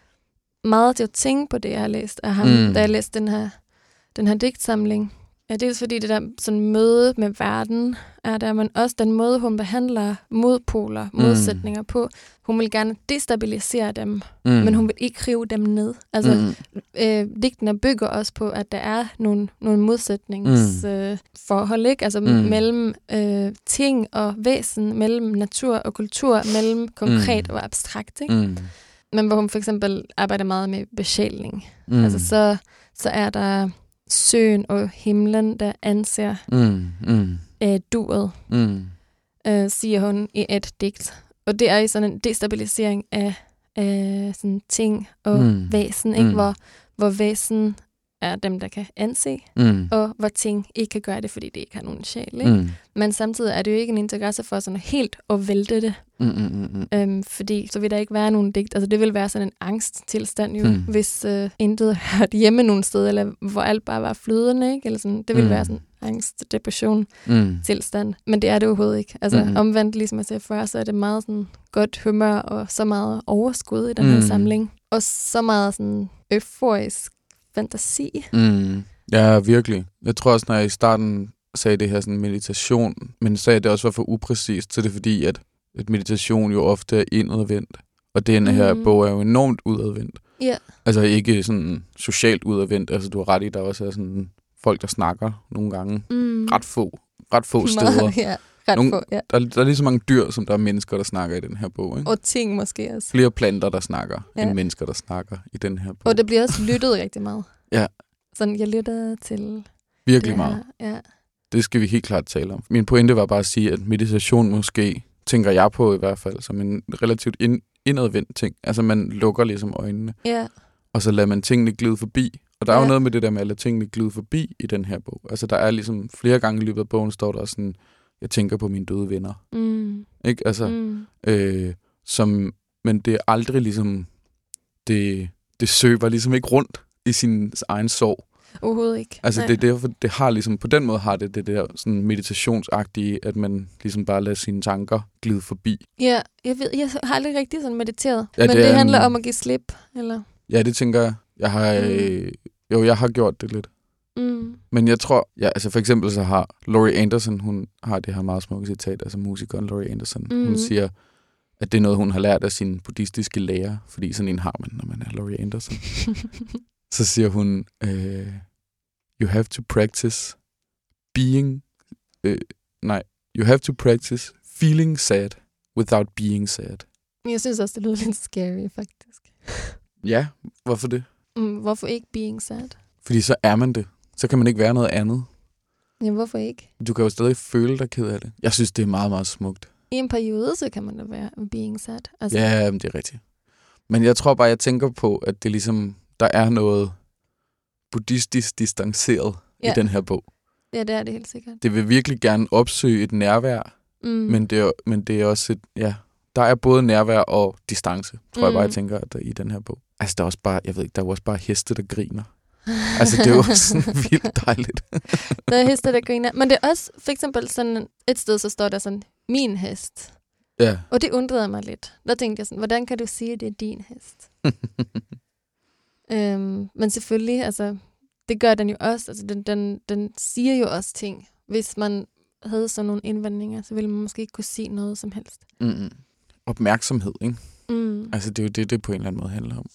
meget til at tænke på det, jeg har læst af ham, da jeg læste den her digtsamling. Ja, dels fordi det der sådan møde med verden er der, men også den måde, hun behandler modpoler, modsætninger på. Hun vil gerne destabilisere dem, men hun vil ikke rive dem ned. Altså, digtene bygger også på, at der er nogle modsætningsforhold, ikke? Altså mellem ting og væsen, mellem natur og kultur, mellem konkret og abstrakt, ikke? Men hvor hun for eksempel arbejder meget med besjælning. Altså, så er der søen og himlen, der anser duet, siger hun i et digt. Og det er i sådan en destabilisering af sådan ting og væsen, ikke? Hvor væsen er dem, der kan anse, og hvor ting ikke kan gøre det, fordi det ikke har nogen sjæl. Ikke? Men samtidig er det jo ikke en interesse for sådan helt at vælte det. Fordi så vil der ikke være nogen digt. Altså det vil være sådan en angsttilstand jo, hvis intet hørte hjemme nogen sted, eller hvor alt bare var flydende, ikke? Eller sådan, det vil være sådan angst, depression, tilstand. Men det er det overhovedet ikke. Altså omvendt, ligesom jeg sagde før, så er det meget sådan godt humør og så meget overskud i den her samling. Og så meget sådan euforisk fantasi. Ja, virkelig. Jeg tror også, når jeg i starten sagde det her sådan meditation, men sagde det også var for upræcist, så det er fordi, at meditation jo ofte er indadvendt. Og den her bog er jo enormt udadvendt. Yeah. Altså ikke sådan socialt udadvendt. Altså du har ret i, der også er sådan folk, der snakker nogle gange. Ret få steder. Ja. Der er lige så mange dyr, som der er mennesker, der snakker i den her bog. Ikke? Og ting måske også. Flere planter, der snakker, end mennesker, der snakker i den her bog. Og det bliver også lyttet rigtig meget. Ja. Sådan, jeg lytter til... Virkelig meget. Ja. Det skal vi helt klart tale om. Min pointe var bare at sige, at meditation måske, tænker jeg på i hvert fald, som en relativt indadvendt ting. Altså man lukker ligesom øjnene. Ja. Og så lader man tingene glide forbi. Og der er jo noget med det der med at lade tingene glide forbi i den her bog. Altså der er ligesom flere gange i løbet af bogen, står der sådan... Jeg tænker på mine døde venner. Ikke? Altså, men det er aldrig ligesom, det søber ligesom ikke rundt i sin egen sorg. Overhovedet ikke. Altså, det er derfor, det har ligesom, på den måde har det der sådan meditationsagtige, at man ligesom bare lader sine tanker glide forbi. Ja, jeg har aldrig rigtig sådan mediteret. Ja, men det handler om at give slip, eller? Ja, det tænker jeg. Jeg har gjort det lidt. Men jeg tror, altså for eksempel så har Laurie Anderson, hun har det her meget smukke citat, altså musikeren Laurie Anderson, hun siger, at det er noget, hun har lært af sin buddhistiske lærer, fordi sådan en har man, når man er Laurie Anderson. Så siger hun, you have to practice you have to practice feeling sad without being sad. Jeg synes også, det lyder lidt scary, faktisk. Ja, hvorfor det? Hvorfor ikke being sad? Fordi så er man det. Så kan man ikke være noget andet. Ja, hvorfor ikke? Du kan jo stadig føle dig ked af det. Jeg synes, det er meget, meget smukt. I en periode, så kan man da være being sad. Altså. Ja, det er rigtigt. Men jeg tror bare, jeg tænker på, at det ligesom, der er noget buddhistisk distanceret i den her bog. Ja, det er det helt sikkert. Det vil virkelig gerne opsøge et nærvær, men det er også der er både nærvær og distance, tror jeg bare, jeg tænker, at der i den her bog. Altså, der er også bare, jeg ved ikke, der er også bare heste, der griner. Altså, det er jo sådan vildt dejligt. Der er heste, der griner. Men det er også, for eksempel sådan et sted, så står der sådan, min hest. Ja. Og det undrede mig lidt. Der tænkte jeg sådan, hvordan kan du sige, at det er din hest? Men selvfølgelig, altså, det gør den jo også. Altså, den siger jo også ting. Hvis man havde sådan nogle indvendinger, så ville man måske ikke kunne sige noget som helst. Mm. Opmærksomhed, ikke? Mm. Altså, det er jo det på en eller anden måde handler om.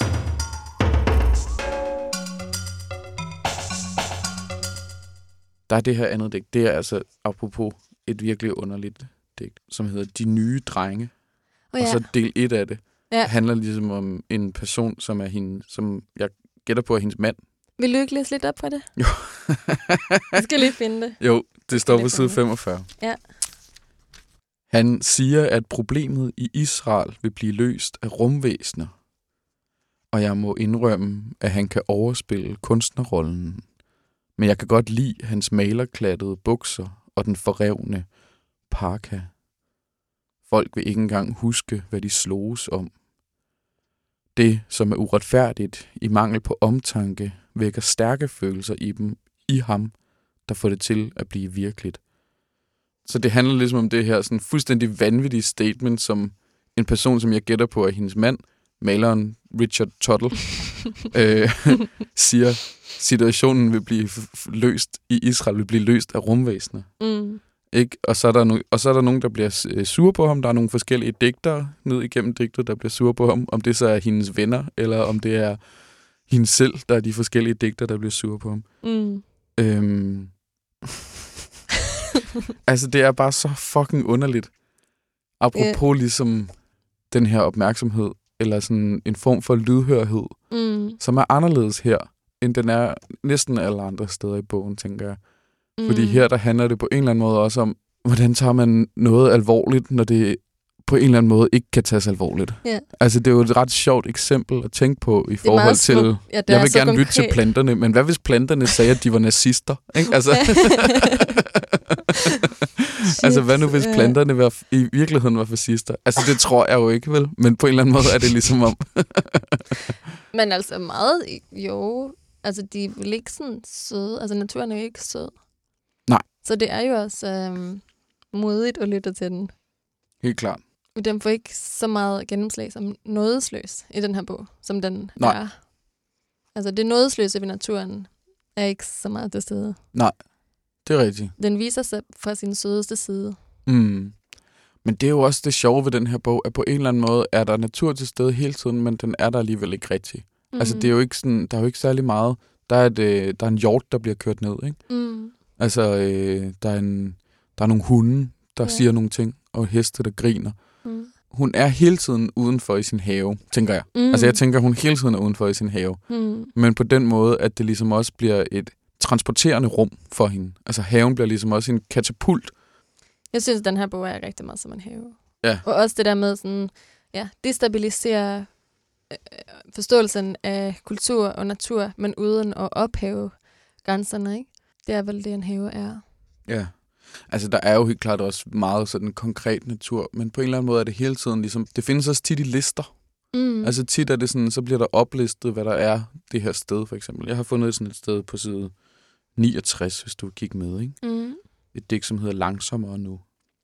Der er det her andet digt. Det er altså, apropos, et virkelig underligt digt, som hedder De nye drenge. Og så del 1 af det handler ligesom om en person, som er hende, som jeg gætter på er hendes mand. Vil du ikke læse lidt op fra det? Jo. Jeg skal lige finde det. Jo, det står på side 45. Ja. Han siger, at problemet i Israel vil blive løst af rumvæsener. Og jeg må indrømme, at han kan overspille kunstnerrollen. Men jeg kan godt lide hans malerklattede bukser og den forrevne parka. Folk vil ikke engang huske, hvad de sloges om. Det, som er uretfærdigt i mangel på omtanke, vækker stærke følelser i ham, der får det til at blive virkeligt. Så det handler ligesom om det her sådan fuldstændig vanvittige statement, som en person, som jeg gætter på er hendes mand, maleren Richard Tuttle, siger, situationen vil blive løst i Israel, vil blive løst af rumvæsener. Mm. Ikke? Og så er der nogen, der bliver sure på ham. Der er nogle forskellige digtere ned igennem digtet, der bliver sure på ham. Om det så er hendes venner, eller om det er hende selv, der er de forskellige digtere, der bliver sure på ham. Mm. Altså, det er bare så fucking underligt. Apropos ligesom den her opmærksomhed, eller sådan en form for lydhørhed, som er anderledes her, end den er næsten alle andre steder i bogen, tænker jeg. Fordi her, der handler det på en eller anden måde også om, hvordan tager man noget alvorligt, når det på en eller anden måde ikke kan tages alvorligt. Yeah. Altså, det er jo et ret sjovt eksempel at tænke på i forhold til, jeg vil gerne lytte til planterne, men hvad hvis planterne sagde, at de var nazister? Ikke? Altså, altså, hvad nu hvis planterne i virkeligheden var fascister? Altså, det tror jeg jo ikke, vel? Men på en eller anden måde er det ligesom om. Men altså meget, jo, altså de er vel ikke sådan søde, altså naturen er jo ikke sød. Nej. Så det er jo også modigt at lytte til den. Helt klart. Den får ikke så meget gennemslag som nådesløs i den her bog, som den er. Altså det nådesløse ved naturen er ikke så meget til stede. Nej, det er rigtigt. Den viser sig fra sin sødeste side. Mm. Men det er jo også det sjove ved den her bog, at på en eller anden måde er der natur til stede hele tiden, men den er der alligevel ikke rigtig. Mm. Altså det er jo ikke sådan, der er jo ikke særlig meget. Der er en hjort, der bliver kørt ned, ikke? Mm. Altså der er nogle hunde, der siger nogle ting, og heste, der griner. Mm. Hun er hele tiden udenfor i sin have, tænker jeg. Altså jeg tænker, hun hele tiden er udenfor i sin have. Men på den måde, at det ligesom også bliver et transporterende rum for hende. Altså haven bliver ligesom også en katapult. Jeg synes, den her bog er rigtig meget som en have. Ja. Og også det der med sådan, destabilisere forståelsen af kultur og natur, men uden at ophæve grænserne, ikke? Det er vel det, en have er. Ja. Altså, der er jo helt klart også meget sådan konkret natur, men på en eller anden måde er det hele tiden ligesom, det findes også tit i lister. Mm. Altså tit er det sådan, så bliver der oplistet, hvad der er det her sted, for eksempel. Jeg har fundet sådan et sted på side 69, hvis du kigger med, ikke? Mm. Et digt, som hedder Langsommere nu.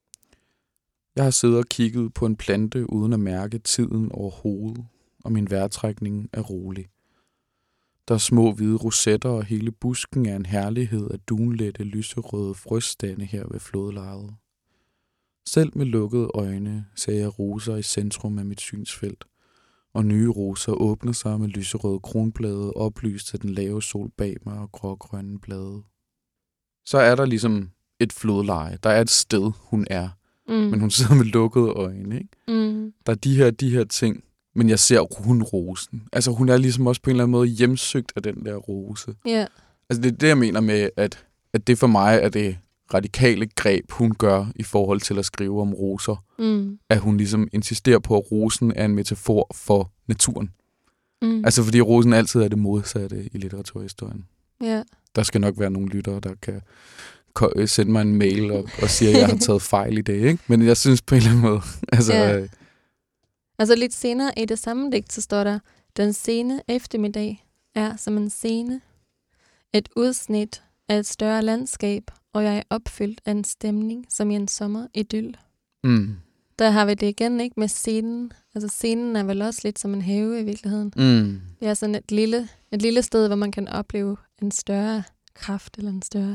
Jeg har siddet og kigget på en plante, uden at mærke tiden overhovedet, og min vejrtrækning er rolig. Der er små hvide rosetter, og hele busken er en herlighed af dunlette, lyserøde frøstande her ved flodlejet. Selv med lukkede øjne ser jeg roser i centrum af mit synsfelt, og nye roser åbner sig med lyserøde kronblade, oplyst af den lave sol bag mig og grågrønne blade. Så er der ligesom et flodleje. Der er et sted, hun er, men hun sidder med lukkede øjne, ikke? Mm. Der er de her ting, men jeg ser hun rosen. Altså hun er ligesom også på en eller anden måde hjemsøgt af den der rose. Yeah. Altså det er det, jeg mener med, at det for mig er det radikale greb, hun gør i forhold til at skrive om roser. Mm. At hun ligesom insisterer på, at rosen er en metafor for naturen. Mm. Altså fordi rosen altid er det modsatte i litteraturhistorien. Yeah. Der skal nok være nogle lyttere, der kan sende mig en mail og sige, at jeg har taget fejl i det, ikke? Men jeg synes på en eller anden måde, altså... Altså lidt senere i det samme digt, så står der, den sene eftermiddag er som en scene. Et udsnit af et større landskab, og jeg er opfyldt af en stemning, som i en sommeridyl. Mm. Der har vi det igen, ikke, med scenen. Altså scenen er vel også lidt som en have i virkeligheden. Mm. Det er sådan et lille sted, hvor man kan opleve en større kraft, eller en større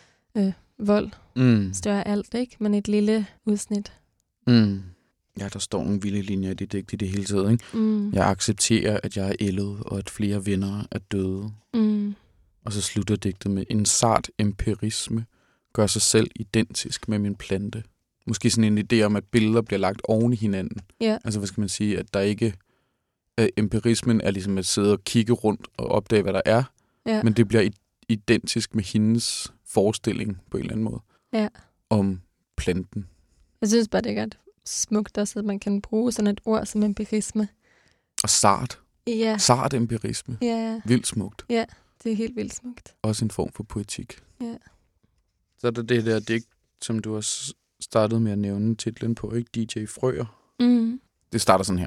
vold. Mm. Større alt, ikke? Men et lille udsnit. Mm. Ja, der står nogle vilde linjer i det digt i det hele taget, ikke? Mm. Jeg accepterer, at jeg er ældet, og at flere venner er døde. Mm. Og så slutter digtet med, en sart empirisme gør sig selv identisk med min plante. Måske sådan en idé om, at billeder bliver lagt oven i hinanden. Ja. Altså, hvad skal man sige, at der ikke... empirismen er ligesom at sidde og kigge rundt og opdage, hvad der er. Ja. Men det bliver identisk med hendes forestilling på en eller anden måde. Ja. Om planten. Jeg synes bare, det er ret smukt også, at man kan bruge sådan et ord som empirisme. Og sart. Ja. Sart empirisme. Ja. Vildt smukt. Ja, det er helt vildt smukt. Også en form for poetik. Ja. Så er der det der digt, som du har startet med at nævne titlen på, ikke? DJ Frøer. Mm. Det starter sådan her.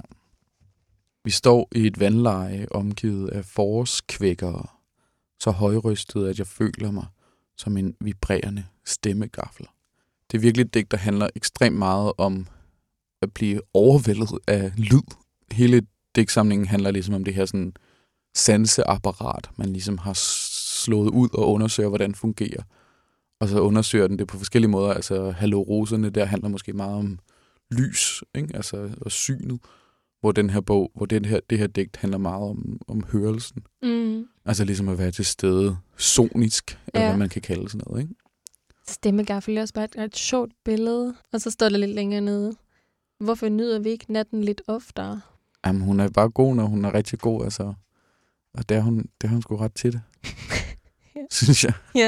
Vi står i et vandleje omgivet af forårskvækkere, så højrystet, at jeg føler mig som en vibrerende stemmegaffel. Det er virkelig et digt, der handler ekstremt meget om at blive overvældet af lyd. Hele digtsamlingen handler ligesom om det her sådan sanseapparat, man ligesom har slået ud og undersøger, hvordan det fungerer. Og så undersøger den det på forskellige måder. Altså Hallo Roserne, der handler måske meget om lys, ikke? Altså og synet. Hvor den her bog, hvor det her digt handler meget om hørelsen. Mm. Altså ligesom at være til stede sonisk, eller hvad man kan kalde sådan noget, ikke? Stemmegaffel er også bare et ret sjovt billede. Og så står der lidt længere nede. Hvorfor nyder vi ikke natten lidt oftere? Jamen, hun er bare god, når hun er rigtig god, altså. Og der er hun sgu ret til det. Ja. Synes jeg. Ja.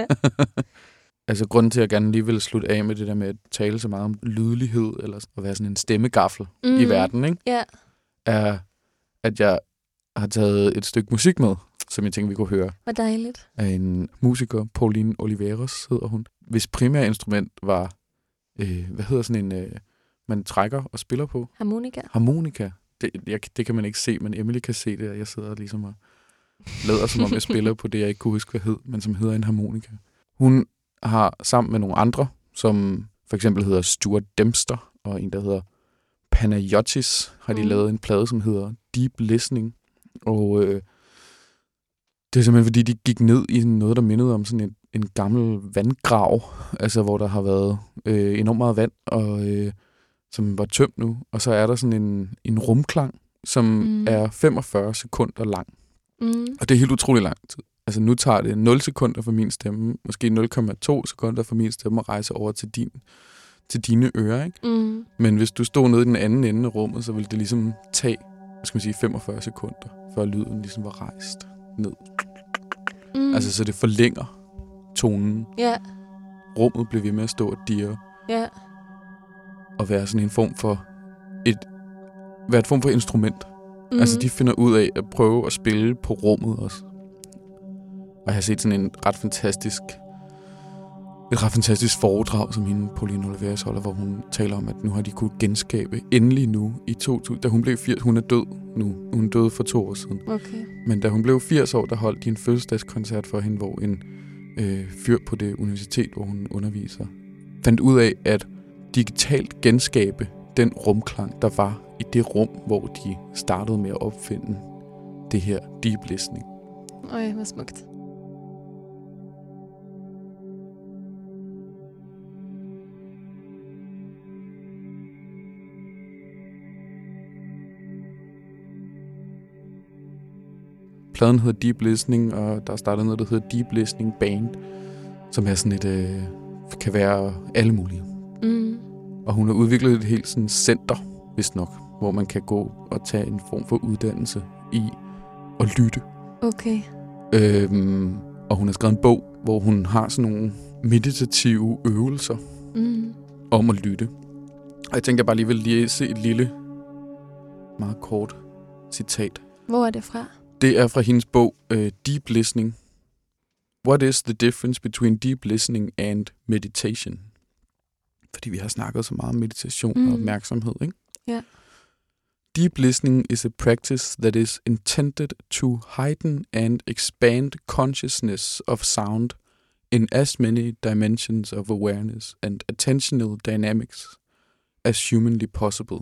Altså, grunden til, at jeg gerne lige vil slutte af med det der med at tale så meget om lydlighed, eller at være sådan en stemmegaffel i verden, ikke? Ja. Er, at jeg har taget et stykke musik med, som jeg tænker, vi kunne høre. Hvor dejligt. Af en musiker, Pauline Oliveros hedder hun. Hvis primære instrument var, hvad hedder sådan en, man trækker og spiller på? Harmonika. Harmonika. Det kan man ikke se, men Emily kan se det, og jeg sidder ligesom og lader som om jeg spiller på det, jeg ikke kunne huske, hvad hed, men som hedder en harmonika. Hun har sammen med nogle andre, som for eksempel hedder Stuart Dempster, og en, der hedder Panayotis, har de lavet en plade, som hedder Deep Listening. Og det er simpelthen, fordi de gik ned i noget, der mindede om sådan en gammel vandgrav, altså hvor der har været enormt meget vand, og som var tømt nu. Og så er der sådan en rumklang, som er 45 sekunder lang. Mm. Og det er helt utrolig lang tid. Altså nu tager det 0 sekunder for min stemme, måske 0,2 sekunder for min stemme at rejse over til dine ører, ikke? Mm. Men hvis du stod nede i den anden ende af rummet, så ville det ligesom tage, skal man sige, 45 sekunder, før lyden ligesom var rejst ned. Mm. Altså så det forlænger tonen. Yeah. Rummet bliver ved med at stå og dirre. Yeah. Og være sådan en form for instrument. Mm. Altså de finder ud af at prøve at spille på rummet også. Og jeg har set sådan et ret fantastisk foredrag, som hende Pauline Oliveros holder, hvor hun taler om, at nu har de kunnet genskabe endelig nu i 2000, da hun blev 80. Hun er død nu. Hun døde for 2 år siden. Okay. Men da hun blev 80 år, der holdt de en fødselsdagskoncert for hende, hvor en fyr på det universitet, hvor hun underviser, fandt ud af at digitalt genskabe den rumklang, der var i det rum, hvor de startede med at opfinde det her deep listening. Øj, hvor smukt. Pladen hedder Deep Listening, og der startede noget, der hedder Deep Listening Band, som er sådan et, kan være alle mulige. Mm. Og hun har udviklet et helt sådan center, vist nok, hvor man kan gå og tage en form for uddannelse i at lytte. Okay. Og hun har skrevet en bog, hvor hun har sådan nogle meditative øvelser om at lytte. Og jeg tænker bare lige vil lige se et lille, meget kort citat. Hvor er det fra? Det er fra hendes bog Deep Listening. What is the difference between deep listening and meditation? Fordi vi har snakket så meget om meditation og opmærksomhed, ikke? Ja. Deep listening is a practice that is intended to heighten and expand consciousness of sound in as many dimensions of awareness and attentional dynamics as humanly possible.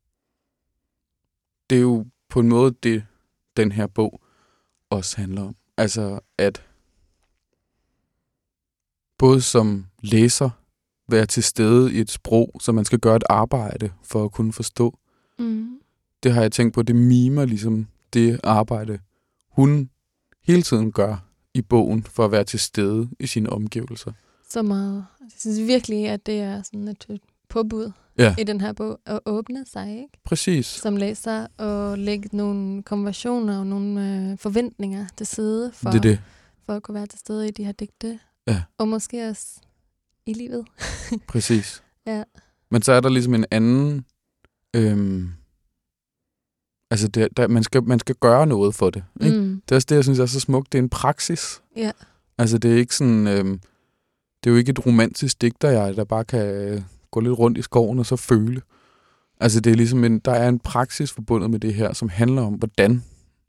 Det er jo på en måde det, den her bog også handler om. Altså at både som læser være til stede i et sprog, så man skal gøre et arbejde for at kunne forstå. Det har jeg tænkt på, det mimer ligesom det arbejde, hun hele tiden gør i bogen for at være til stede i sine omgivelser. Så meget. Jeg synes virkelig, at det er sådan et påbud i den her bog, at åbne sig, ikke? Præcis. Som læser, og lægge nogle konversationer og nogle forventninger til side for, for at kunne være til stede i de her digte. Ja. Og måske også i livet. Præcis. Ja. Men så er der ligesom en anden... altså, man skal gøre noget for det. Ikke? Det er også det, jeg synes er så smukt. Det er en praksis. Ja. Altså, det er ikke sådan... det er jo ikke et romantisk digter, der bare kan gå lidt rundt i skoven og så føle. Altså, det er ligesom der er en praksis forbundet med det her, som handler om, hvordan.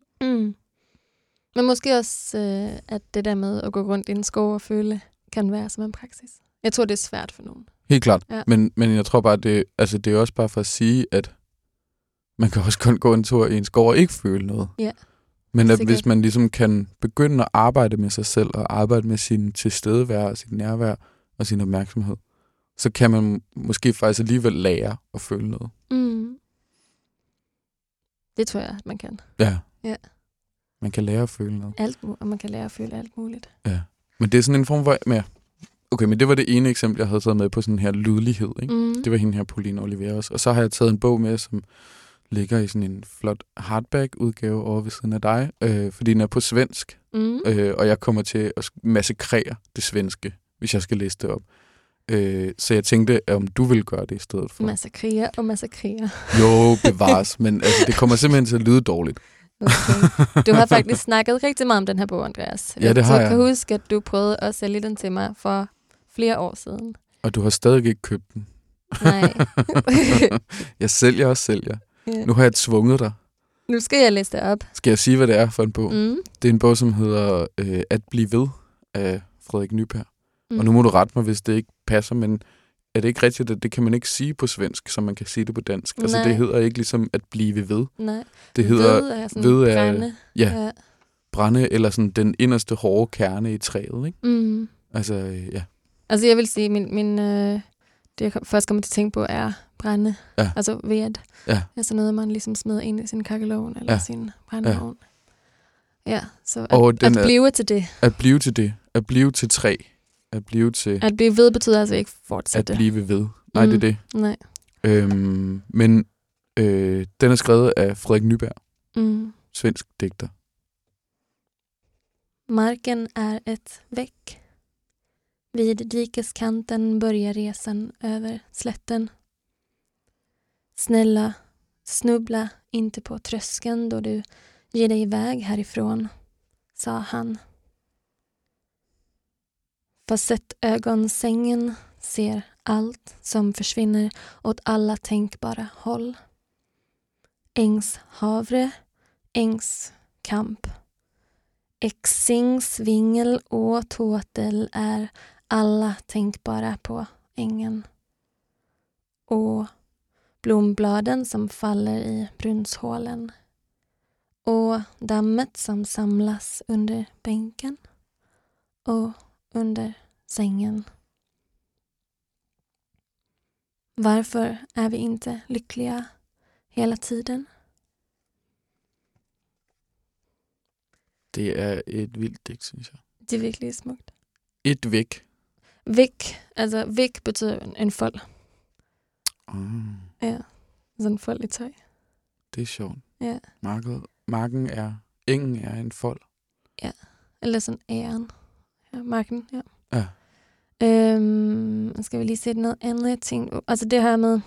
Men måske også, at det der med at gå rundt i en skov og føle, kan være som en praksis. Jeg tror, det er svært for nogen. Helt klart. Ja. Men jeg tror bare, det er også bare for at sige, at man kan også kun gå en tur i en skov og ikke føle noget. Ja. Men at hvis man ligesom kan begynde at arbejde med sig selv, og arbejde med sin tilstedeværelse, sit nærvær og sin opmærksomhed, så kan man måske faktisk alligevel lære at føle noget. Det tror jeg, at man kan. Ja. Man kan lære at føle noget. Og man kan lære at føle alt muligt. Ja. Men det er sådan en form for... Okay, men det var det ene eksempel, jeg havde taget med på sådan her lydlighed. Ikke? Det var hende her, Pauline Oliveros. Og så har jeg taget en bog med, som ligger i sådan en flot hardback-udgave over ved siden af dig, fordi den er på svensk. Og jeg kommer til at massakrere det svenske, hvis jeg skal læse det op. Så jeg tænkte, om du vil gøre det i stedet for. Massakrere. Jo, bevares, men altså, det kommer simpelthen til at lyde dårligt. Okay. Du har faktisk snakket rigtig meget om den her bog, Andreas. Ja, det har jeg. Jeg kan huske, at du prøvede at sælge den til mig for flere år siden. Og du har stadig ikke købt den. Nej. Jeg sælger. Ja. Nu har jeg tvunget dig. Nu skal jeg læse det op. Skal jeg sige, hvad det er for en bog? Det er en bog, som hedder At blive ved af Frederik Nyberg. Og nu må du rette mig, hvis det ikke passer, men er det ikke rigtigt, at det kan man ikke sige på svensk, som man kan sige det på dansk? Nej. Altså det hedder ikke ligesom at blive ved. Nej. Det hedder ved brænde. Ja. Brænde, eller sådan den inderste hårde kerne i træet, ikke? Altså, ja. Altså jeg vil sige, det jeg først kommer til at tænke på er brænde. Ja. Altså ved. Ja. Altså noget, man ligesom smider ind i sin kakkelovn eller sin brændeovn. Ja, så at blive til det. At blive til det. At blive til træ. At blive ved betyder altså ikke fortsætte. At blive ved. Nej, det er det. Nej. Men den er skrevet af Frederik Nyberg. Svensk digter. Marken är ett väck. Vid dikeskanten börjar resan över slätten. Snälla, snubbla inte på tröskeln då du ger dig iväg härifrån, sa han. Facettögonsängen ser allt som försvinner åt alla tänkbara håll. Ängshavre, ängskamp. Exings, vingel och tåtel är alla tänkbara på ängen. Och blombladen som faller i brunshålen. Och dammet som samlas under bänken. Och under sängen. Varför är vi inte lyckliga hela tiden? Det er et vildt digt, synes jeg. Det er virkelig smukt. Et væk. Væk. Altså, væk betyder en fold. Ja. Sådan en fold i tøj. Det er sjovt. Ja. Engen er en fold. Ja. Eller sådan æren. Ja, marken, ja. Ja. Skal vi lige sætte noget andet ting? Altså det her med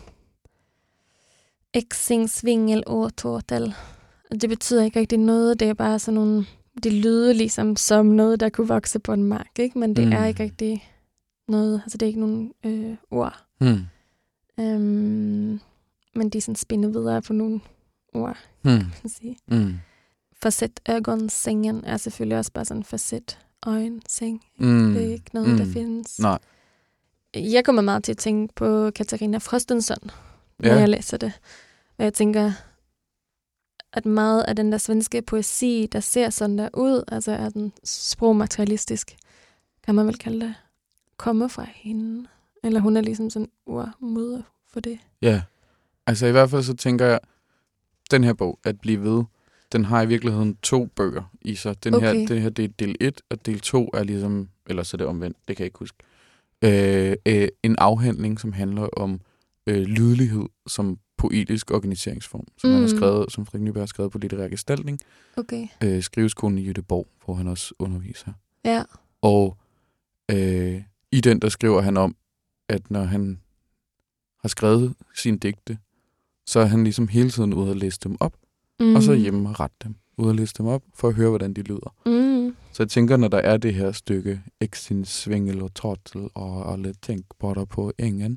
Exing, svingel og tåtel. Det betyder ikke rigtig noget. Det er bare sådan nogle... Det lyder ligesom som noget, der kunne vokse på en mark, ikke? Men det er ikke rigtig noget... Altså det er ikke nogen ord. Men de er sådan spændet videre på nogle ord, kan man sige. Facet ögonsengen er selvfølgelig også bare sådan facet øjenseng. Det er ikke noget, der findes. Nej. Jeg kommer meget til at tænke på Katarina Frostenson, når jeg læser det. Og jeg tænker, at meget af den der svenske poesi, der ser sådan der ud, altså er den sprogmaterialistisk, kan man vel kalde det, kommer fra hende. Eller hun er ligesom sådan urmoder for det. Ja, altså i hvert fald så tænker jeg, den her bog, At blive ved, den har i virkeligheden 2 bøger i sig. Den her, det er del 1, og del 2 er ligesom, eller så er det omvendt, det kan jeg ikke huske, en afhandling, som handler om lydlighed som poetisk organiseringsform, som han har skrevet, som Frederik Nyberg har skrevet på litterær gestaltning. Okay. Skriveskolen i Göteborg, hvor han også underviser. Ja. Og i den, der skriver han om, at når han har skrevet sine digte, så er han ligesom hele tiden ude at læse dem op, og så hjemme og rette dem. Ude at læse dem op, for at høre, hvordan de lyder. Så jeg tænker, når der er det her stykke Exin svingel og trottel og alle tænk bare på engen,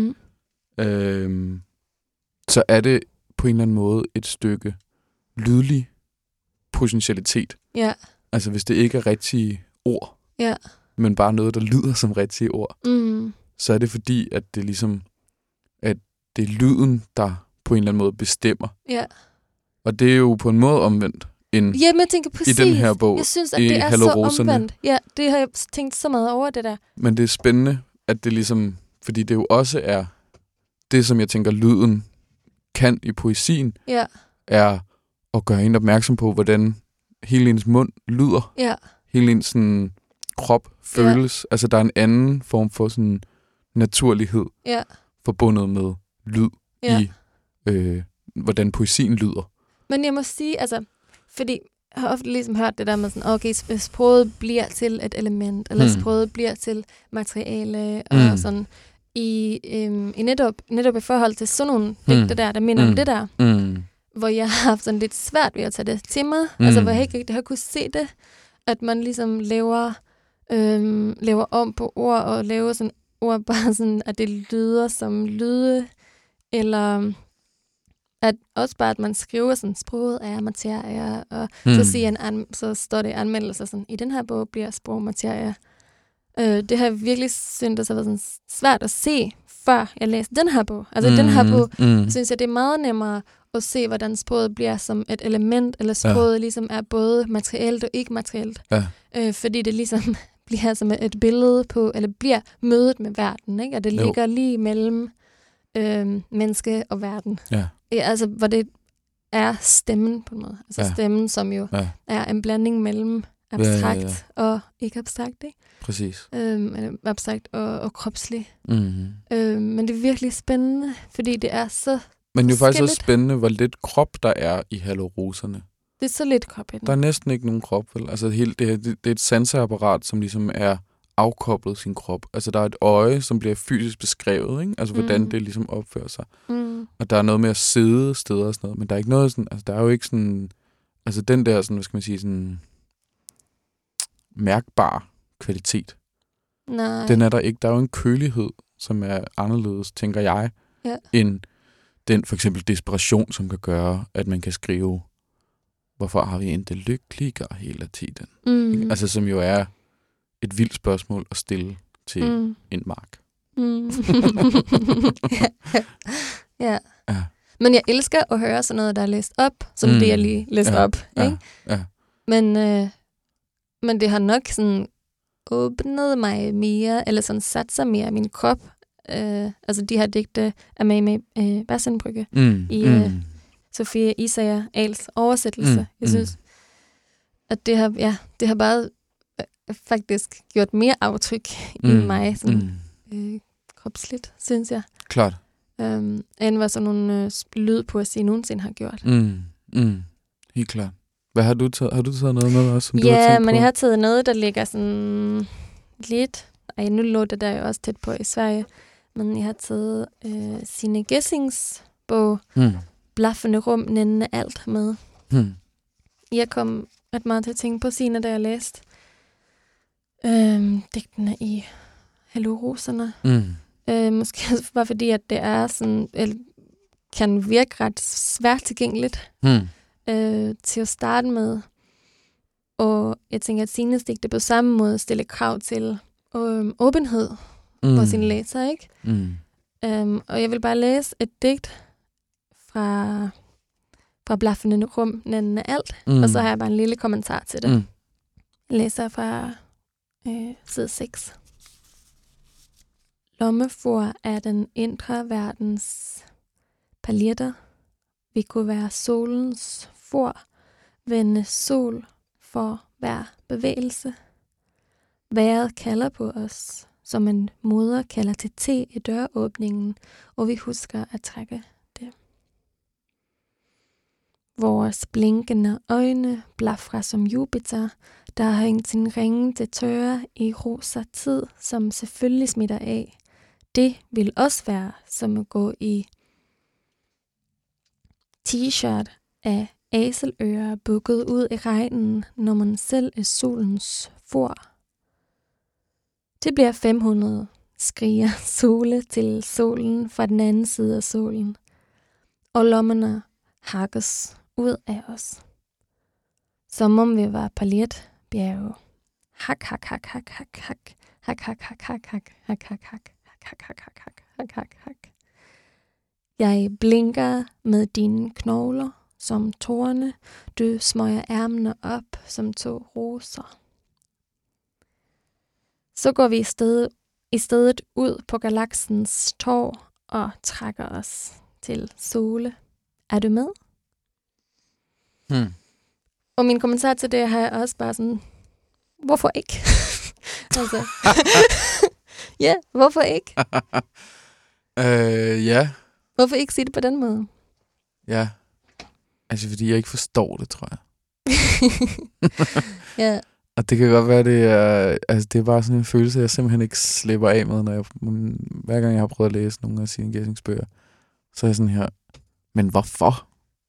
så er det på en eller anden måde et stykke lydlig potentialitet. Ja. Altså hvis det ikke er rigtige ord, ja. men bare noget, der lyder som rigtige ord, så er det fordi, at det ligesom, at det er lyden, der på en eller anden måde bestemmer. Ja. Og det er jo på en måde omvendt end jeg tænker præcis. I den her bog. Jeg synes, at det er så omvendt. Ja, det har jeg tænkt så meget over, det der. Men det er spændende, at det ligesom, fordi det jo også er det, som jeg tænker, lyden kan i poesien, er at gøre en opmærksom på, hvordan hele ens mund lyder. Ja. Hele ens sådan, krop føles. Altså, der er en anden form for sådan naturlighed forbundet med lyd i, hvordan poesien lyder. Men jeg må sige, altså, fordi jeg har ofte ligesom hørt det der med sådan, okay, sproget bliver til et element, eller sproget bliver til materiale, og sådan, i netop i forhold til sådan nogle digte der minder om det der, hvor jeg har haft sådan lidt svært ved at tage det til mig, altså hvor jeg ikke rigtig har kunnet se det, at man ligesom laver om på ord, og laver sådan ord bare sådan, at det lyder som lyde, eller at også bare, at man skriver sådan, sproget er materie, og så står det i anmeldelser sådan, i den her bog bliver sprog materie. Det har jeg virkelig syntes har været sådan svært at se, før jeg læste den her bog. Altså i den her bog, synes jeg, det er meget nemmere at se, hvordan sproget bliver som et element, eller sproget ligesom er både materielt og ikke materielt. Fordi det ligesom bliver som et billede på, eller bliver mødet med verden, ikke? Og det ligger lige mellem menneske og verden. Ja, altså, hvor det er stemmen på en måde. Altså stemmen, som jo er en blanding mellem abstrakt og ikke abstrakt, ikke? Præcis. Abstrakt og kropslig. Men det er virkelig spændende, fordi det er så men det er faktisk også spændende, hvor lidt krop der er i Hallo Roserne. Det er så lidt krop i den. Der er næsten ikke nogen krop, vel? Altså det er et sanseapparat, som ligesom er afkoblet sin krop. Altså der er et øje, som bliver fysisk beskrevet, ikke? Altså hvordan det ligesom opfører sig. Og der er noget med at sidde steder og sådan noget, men der er ikke noget sådan, altså der er jo ikke sådan, altså den der sådan, hvad skal man sige, sådan mærkbar kvalitet. Nej. Den er der ikke. Der er jo en kølighed, som er anderledes, tænker jeg, end den for eksempel desperation, som kan gøre, at man kan skrive, hvorfor har vi ikke lykkeligere hele tiden? Altså som jo er et vildt spørgsmål at stille til en mark. Ja. Men jeg elsker at høre sådan noget, der er læst op, som det jeg lige læste op. Ikke? Ja. Men det har nok sådan åbnet mig mere, eller sådan sat sig mere i min krop. Altså de her digte er med i Bersenbrygge i Sofie Isager Ahls oversættelse. Jeg synes, at det har bare faktisk gjort mere aftryk i mig, sådan kropsligt, synes jeg. Klart. End hvad sådan nogle lydpoesi nogensinde har gjort. Helt klart. Hvad har du taget? Har du taget noget med også, som du har tænkt på? Ja, men jeg har taget noget, der ligger sådan lidt... nu lå det der jo også tæt på i Sverige. Men jeg har taget Signe Gessings bog Blaffende rum, nændende alt med. Jeg kom ret meget til at tænke på Signe, da jeg læste digtene i Hallo Roserne. Måske bare fordi, at det er sådan kan virke ret svært tilgængeligt til at starte med. Og jeg tænker, at Signes digte på samme måde stiller krav til åbenhed for sine læsere, ikke? Og jeg vil bare læse et digt fra Blaffende rum, nændende alt, og så har jeg bare en lille kommentar til det. Jeg læser fra side 6. Lommefor er den indre verdens paljetter. Vi kunne være solens for, vende sol for hver bevægelse. Vejret kalder på os, som en moder kalder til te i døråbningen, og vi husker at trække det. Vores blinkende øjne blafrer som Jupiter, der har hængt sin ringe til tørre i rosa tid, som selvfølgelig smitter af. Det vil også være som at gå i t-shirt af aselører bukket ud i regnen, når man selv er solens for. Det bliver 500, skriger Sole til solen fra den anden side af solen, og lommerne hakkes ud af os. Som om vi var paljetbjerge. Hak, hak, hak, hak, hak, hak, hak, hak, hak, hak, hak, hak, hak, hak, hak, hak, hak, hak, hak, hak. Jeg blinker med dine knogler som tårne. Du smøger ærmene op som 2 roser. Så går vi i stedet ud på galaksens tår og trækker os til Sole. Er du med? Og min kommentar til det har jeg også bare sådan, hvorfor ikke? Altså, ja, hvorfor ikke? Ja. Hvorfor ikke sige det på den måde? Ja. Altså, fordi jeg ikke forstår det, tror jeg. Ja. Og det kan godt være, det er bare sådan en følelse, jeg simpelthen ikke slipper af med, hver gang jeg har prøvet at læse nogle af Signe Gessings bøger. Så er jeg sådan her, men hvorfor?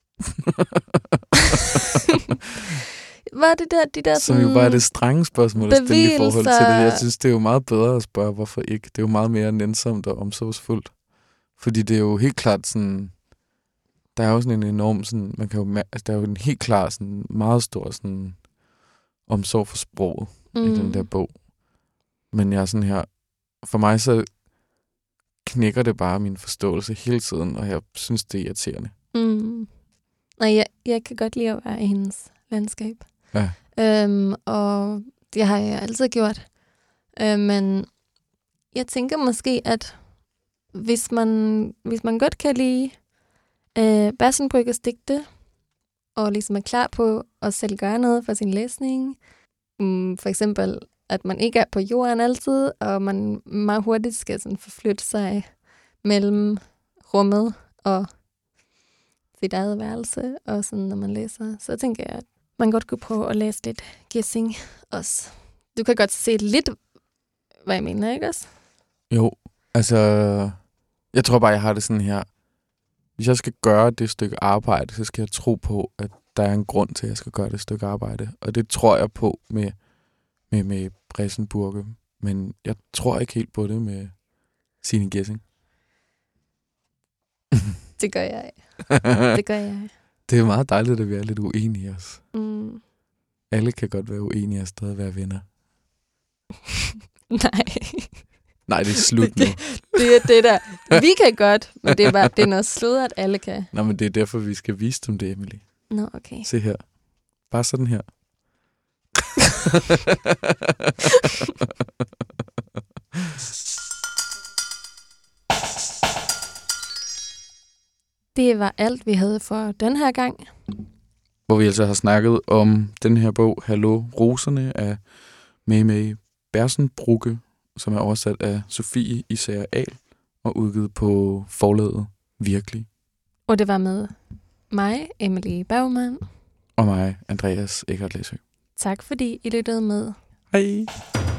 Var det de der som jo bare er det strenge spørgsmål at stille i forhold til det. Jeg synes, det er jo meget bedre at spørge, hvorfor ikke. Det er jo meget mere nænsomt og omsorgsfuldt. Fordi det er jo helt klart sådan, der er jo sådan en enorm sådan, man kan jo, altså der er jo en helt klar sådan, meget stor sådan omsorg for sproget i den der bog. Men jeg er sådan her, for mig så knækker det bare min forståelse hele tiden, og jeg synes, det er irriterende. Nej, jeg kan godt lide at være i hendes landskab. Ja. Og det har jeg altid gjort. Men jeg tænker måske, at hvis man godt kan lide Bassenbrückes digte, og ligesom er klar på at selv gøre noget for sin læsning, for eksempel, at man ikke er på jorden altid, og man meget hurtigt skal sådan forflytte sig mellem rummet og sit eget værelse, og sådan, når man læser, så tænker jeg, at man godt kunne prøve at læse lidt Gessing også. Du kan godt se lidt, hvad jeg mener, ikke også? Jo, altså, jeg tror bare, jeg har det sådan her. Hvis jeg skal gøre det stykke arbejde, så skal jeg tro på, at der er en grund til, at jeg skal gøre det stykke arbejde. Og det tror jeg på med Bassenbrücke. Men jeg tror ikke helt på det med Signe Gessing. Det gør jeg. Det gør jeg. Det er meget dejligt, at vi er lidt uenige også. Alle kan godt være uenige og stadig være venner. Nej, det er slut nu. Det er det der. Vi kan godt, men det er noget sludder, at alle kan. Nå, men det er derfor, vi skal vise dem det, Emily. Nå, okay. Se her. Bare sådan her. Det var alt, vi havde for den her gang. Hvor vi altså har snakket om den her bog, Hallo Roserne, af May Bassenbrücke, som er oversat af Sofie Især Ahl og udgivet på forlaget Virkelig. Og det var med mig, Emily Bergman. Og mig, Andreas Eckert Læsø. Tak fordi I lyttede med. Hej.